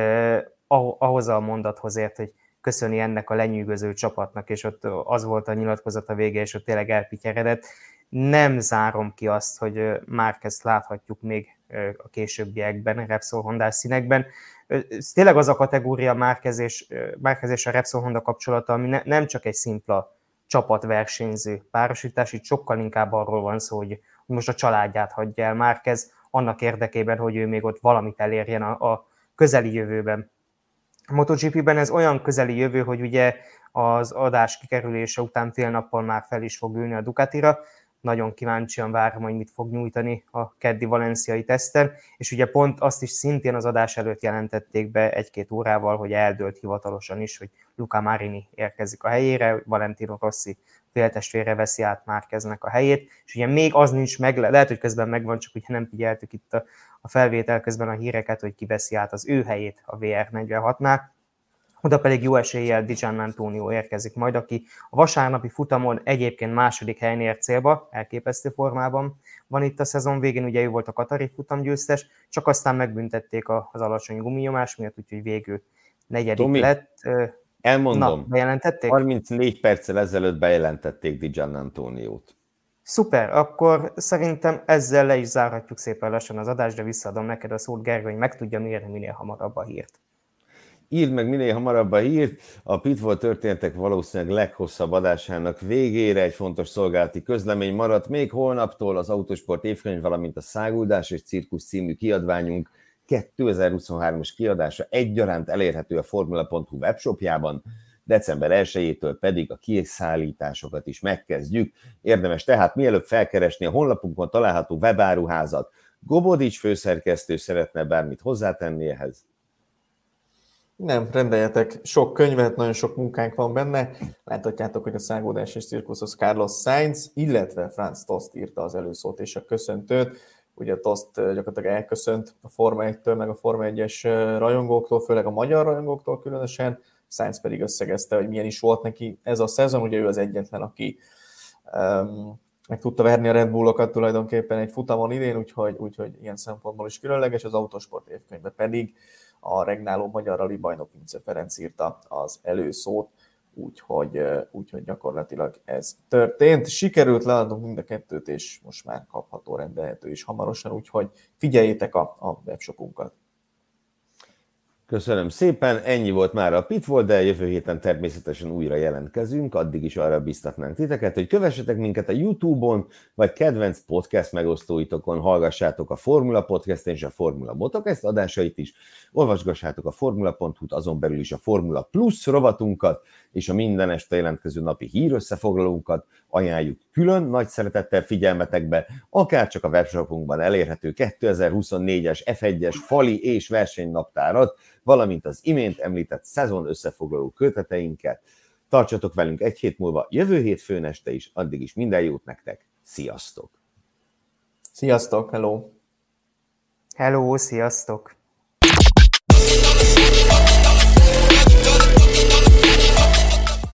ahhoz a mondathoz ért, hogy köszöni ennek a lenyűgöző csapatnak, és ott az volt a nyilatkozata vége, és ott tényleg elpityeredett. Nem zárom ki azt, hogy Márquezt láthatjuk még a későbbiekben, Repsol Hondás színekben. Ez tényleg az a kategória Márquez és a Repsol Honda kapcsolata, ami nem csak egy szimpla csapatversenyző párosítás, itt sokkal inkább arról van szó, hogy most a családját hagyja el Márquez annak érdekében, hogy ő még ott valamit elérjen a közeli jövőben. A MotoGP-ben ez olyan közeli jövő, hogy ugye az adás kikerülése után fél nappal már fel is fog ülni a Ducatira. Nagyon kíváncsian várom, hogy mit fog nyújtani a keddi valenciai teszten, és ugye pont azt is szintén az adás előtt jelentették be 1-2 órával, hogy eldőlt hivatalosan is, hogy Luca Marini érkezik a helyére, Valentino Rossi féltestvére veszi át Márqueznek a helyét, és ugye még az nincs meg, lehet, hogy közben megvan, csak ugye nem figyeltük itt a felvétel közben a híreket, hogy ki veszi át az ő helyét a VR46-nál. oda pedig jó eséllyel Di Giannantonio érkezik majd, aki a vasárnapi futamon egyébként második helyen ért célba, elképesztő formában van itt a szezon végén, ugye ő volt a katari futamgyőztes, csak aztán megbüntették az alacsony guminyomás miatt, úgyhogy végül negyedik Tomi, lett. Elmondom, bejelentették? 34 perccel ezelőtt bejelentették Di Giannantoniót. Szuper, akkor szerintem ezzel le is zárhatjuk szépen lassan az adást, de visszaadom neked a szót, Gergő, hogy meg tudjam írni minél hamarabb a hírt. Írd meg minél hamarabb a hírt, a Pitfall történetek valószínűleg leghosszabb adásának végére egy fontos szolgálati közlemény maradt. Még holnaptól az Autosport évkönyv, valamint a Száguldás és Cirkusz című kiadványunk 2023-as kiadása egyaránt elérhető a formula.hu webshopjában, december 1-től pedig a kiszállításokat is megkezdjük. Érdemes tehát mielőbb felkeresni a honlapunkon található webáruházat. Gobodics főszerkesztő szeretne bármit hozzátenni ehhez? Nem, rendeljetek sok könyvet, nagyon sok munkánk van benne. Láthatjátok, hogy a Száguldás és Cirkuszhoz Carlos Sainz, illetve Franz Tost írta az előszót és a köszöntőt. Ugye Tost gyakorlatilag elköszönt a Forma 1-től, meg a Forma 1-es rajongóktól, főleg a magyar rajongóktól különösen. Sainz pedig összegezte, hogy milyen is volt neki ez a szezon. Ugye ő az egyetlen, aki meg tudta verni a Red Bullokat tulajdonképpen egy futamon idén, úgyhogy ilyen szempontból is különleges. Az Autosport évkönyvbe pedig a regnáló magyar rali bajnok Vince Ferenc írta az előszót, úgyhogy gyakorlatilag ez történt. Sikerült leadnunk mind a kettőt, és most már kapható, rendelhető is hamarosan, úgyhogy figyeljétek a webshopunkat. Köszönöm szépen, ennyi volt már a Pitfall, de jövő héten természetesen újra jelentkezünk, addig is arra biztatnánk titeket, hogy kövessetek minket a YouTube-on, vagy kedvenc podcast megosztóitokon, hallgassátok a Formula Podcast és a Formula Motocast adásait is, olvasgassátok a Formula.hu-t, azon belül is a Formula Plus rovatunkat, és a minden este jelentkező napi hírösszefoglalónkat ajánljuk külön nagy szeretettel figyelmetekbe, akár csak a webshopunkban elérhető 2024-es F1-es fali és versenynaptárat, valamint az imént említett szezon összefoglaló köteteinket. Tartsatok velünk egy hét múlva, jövő hétfőn este is, addig is minden jót nektek, sziasztok! Sziasztok, hello! Hello, sziasztok!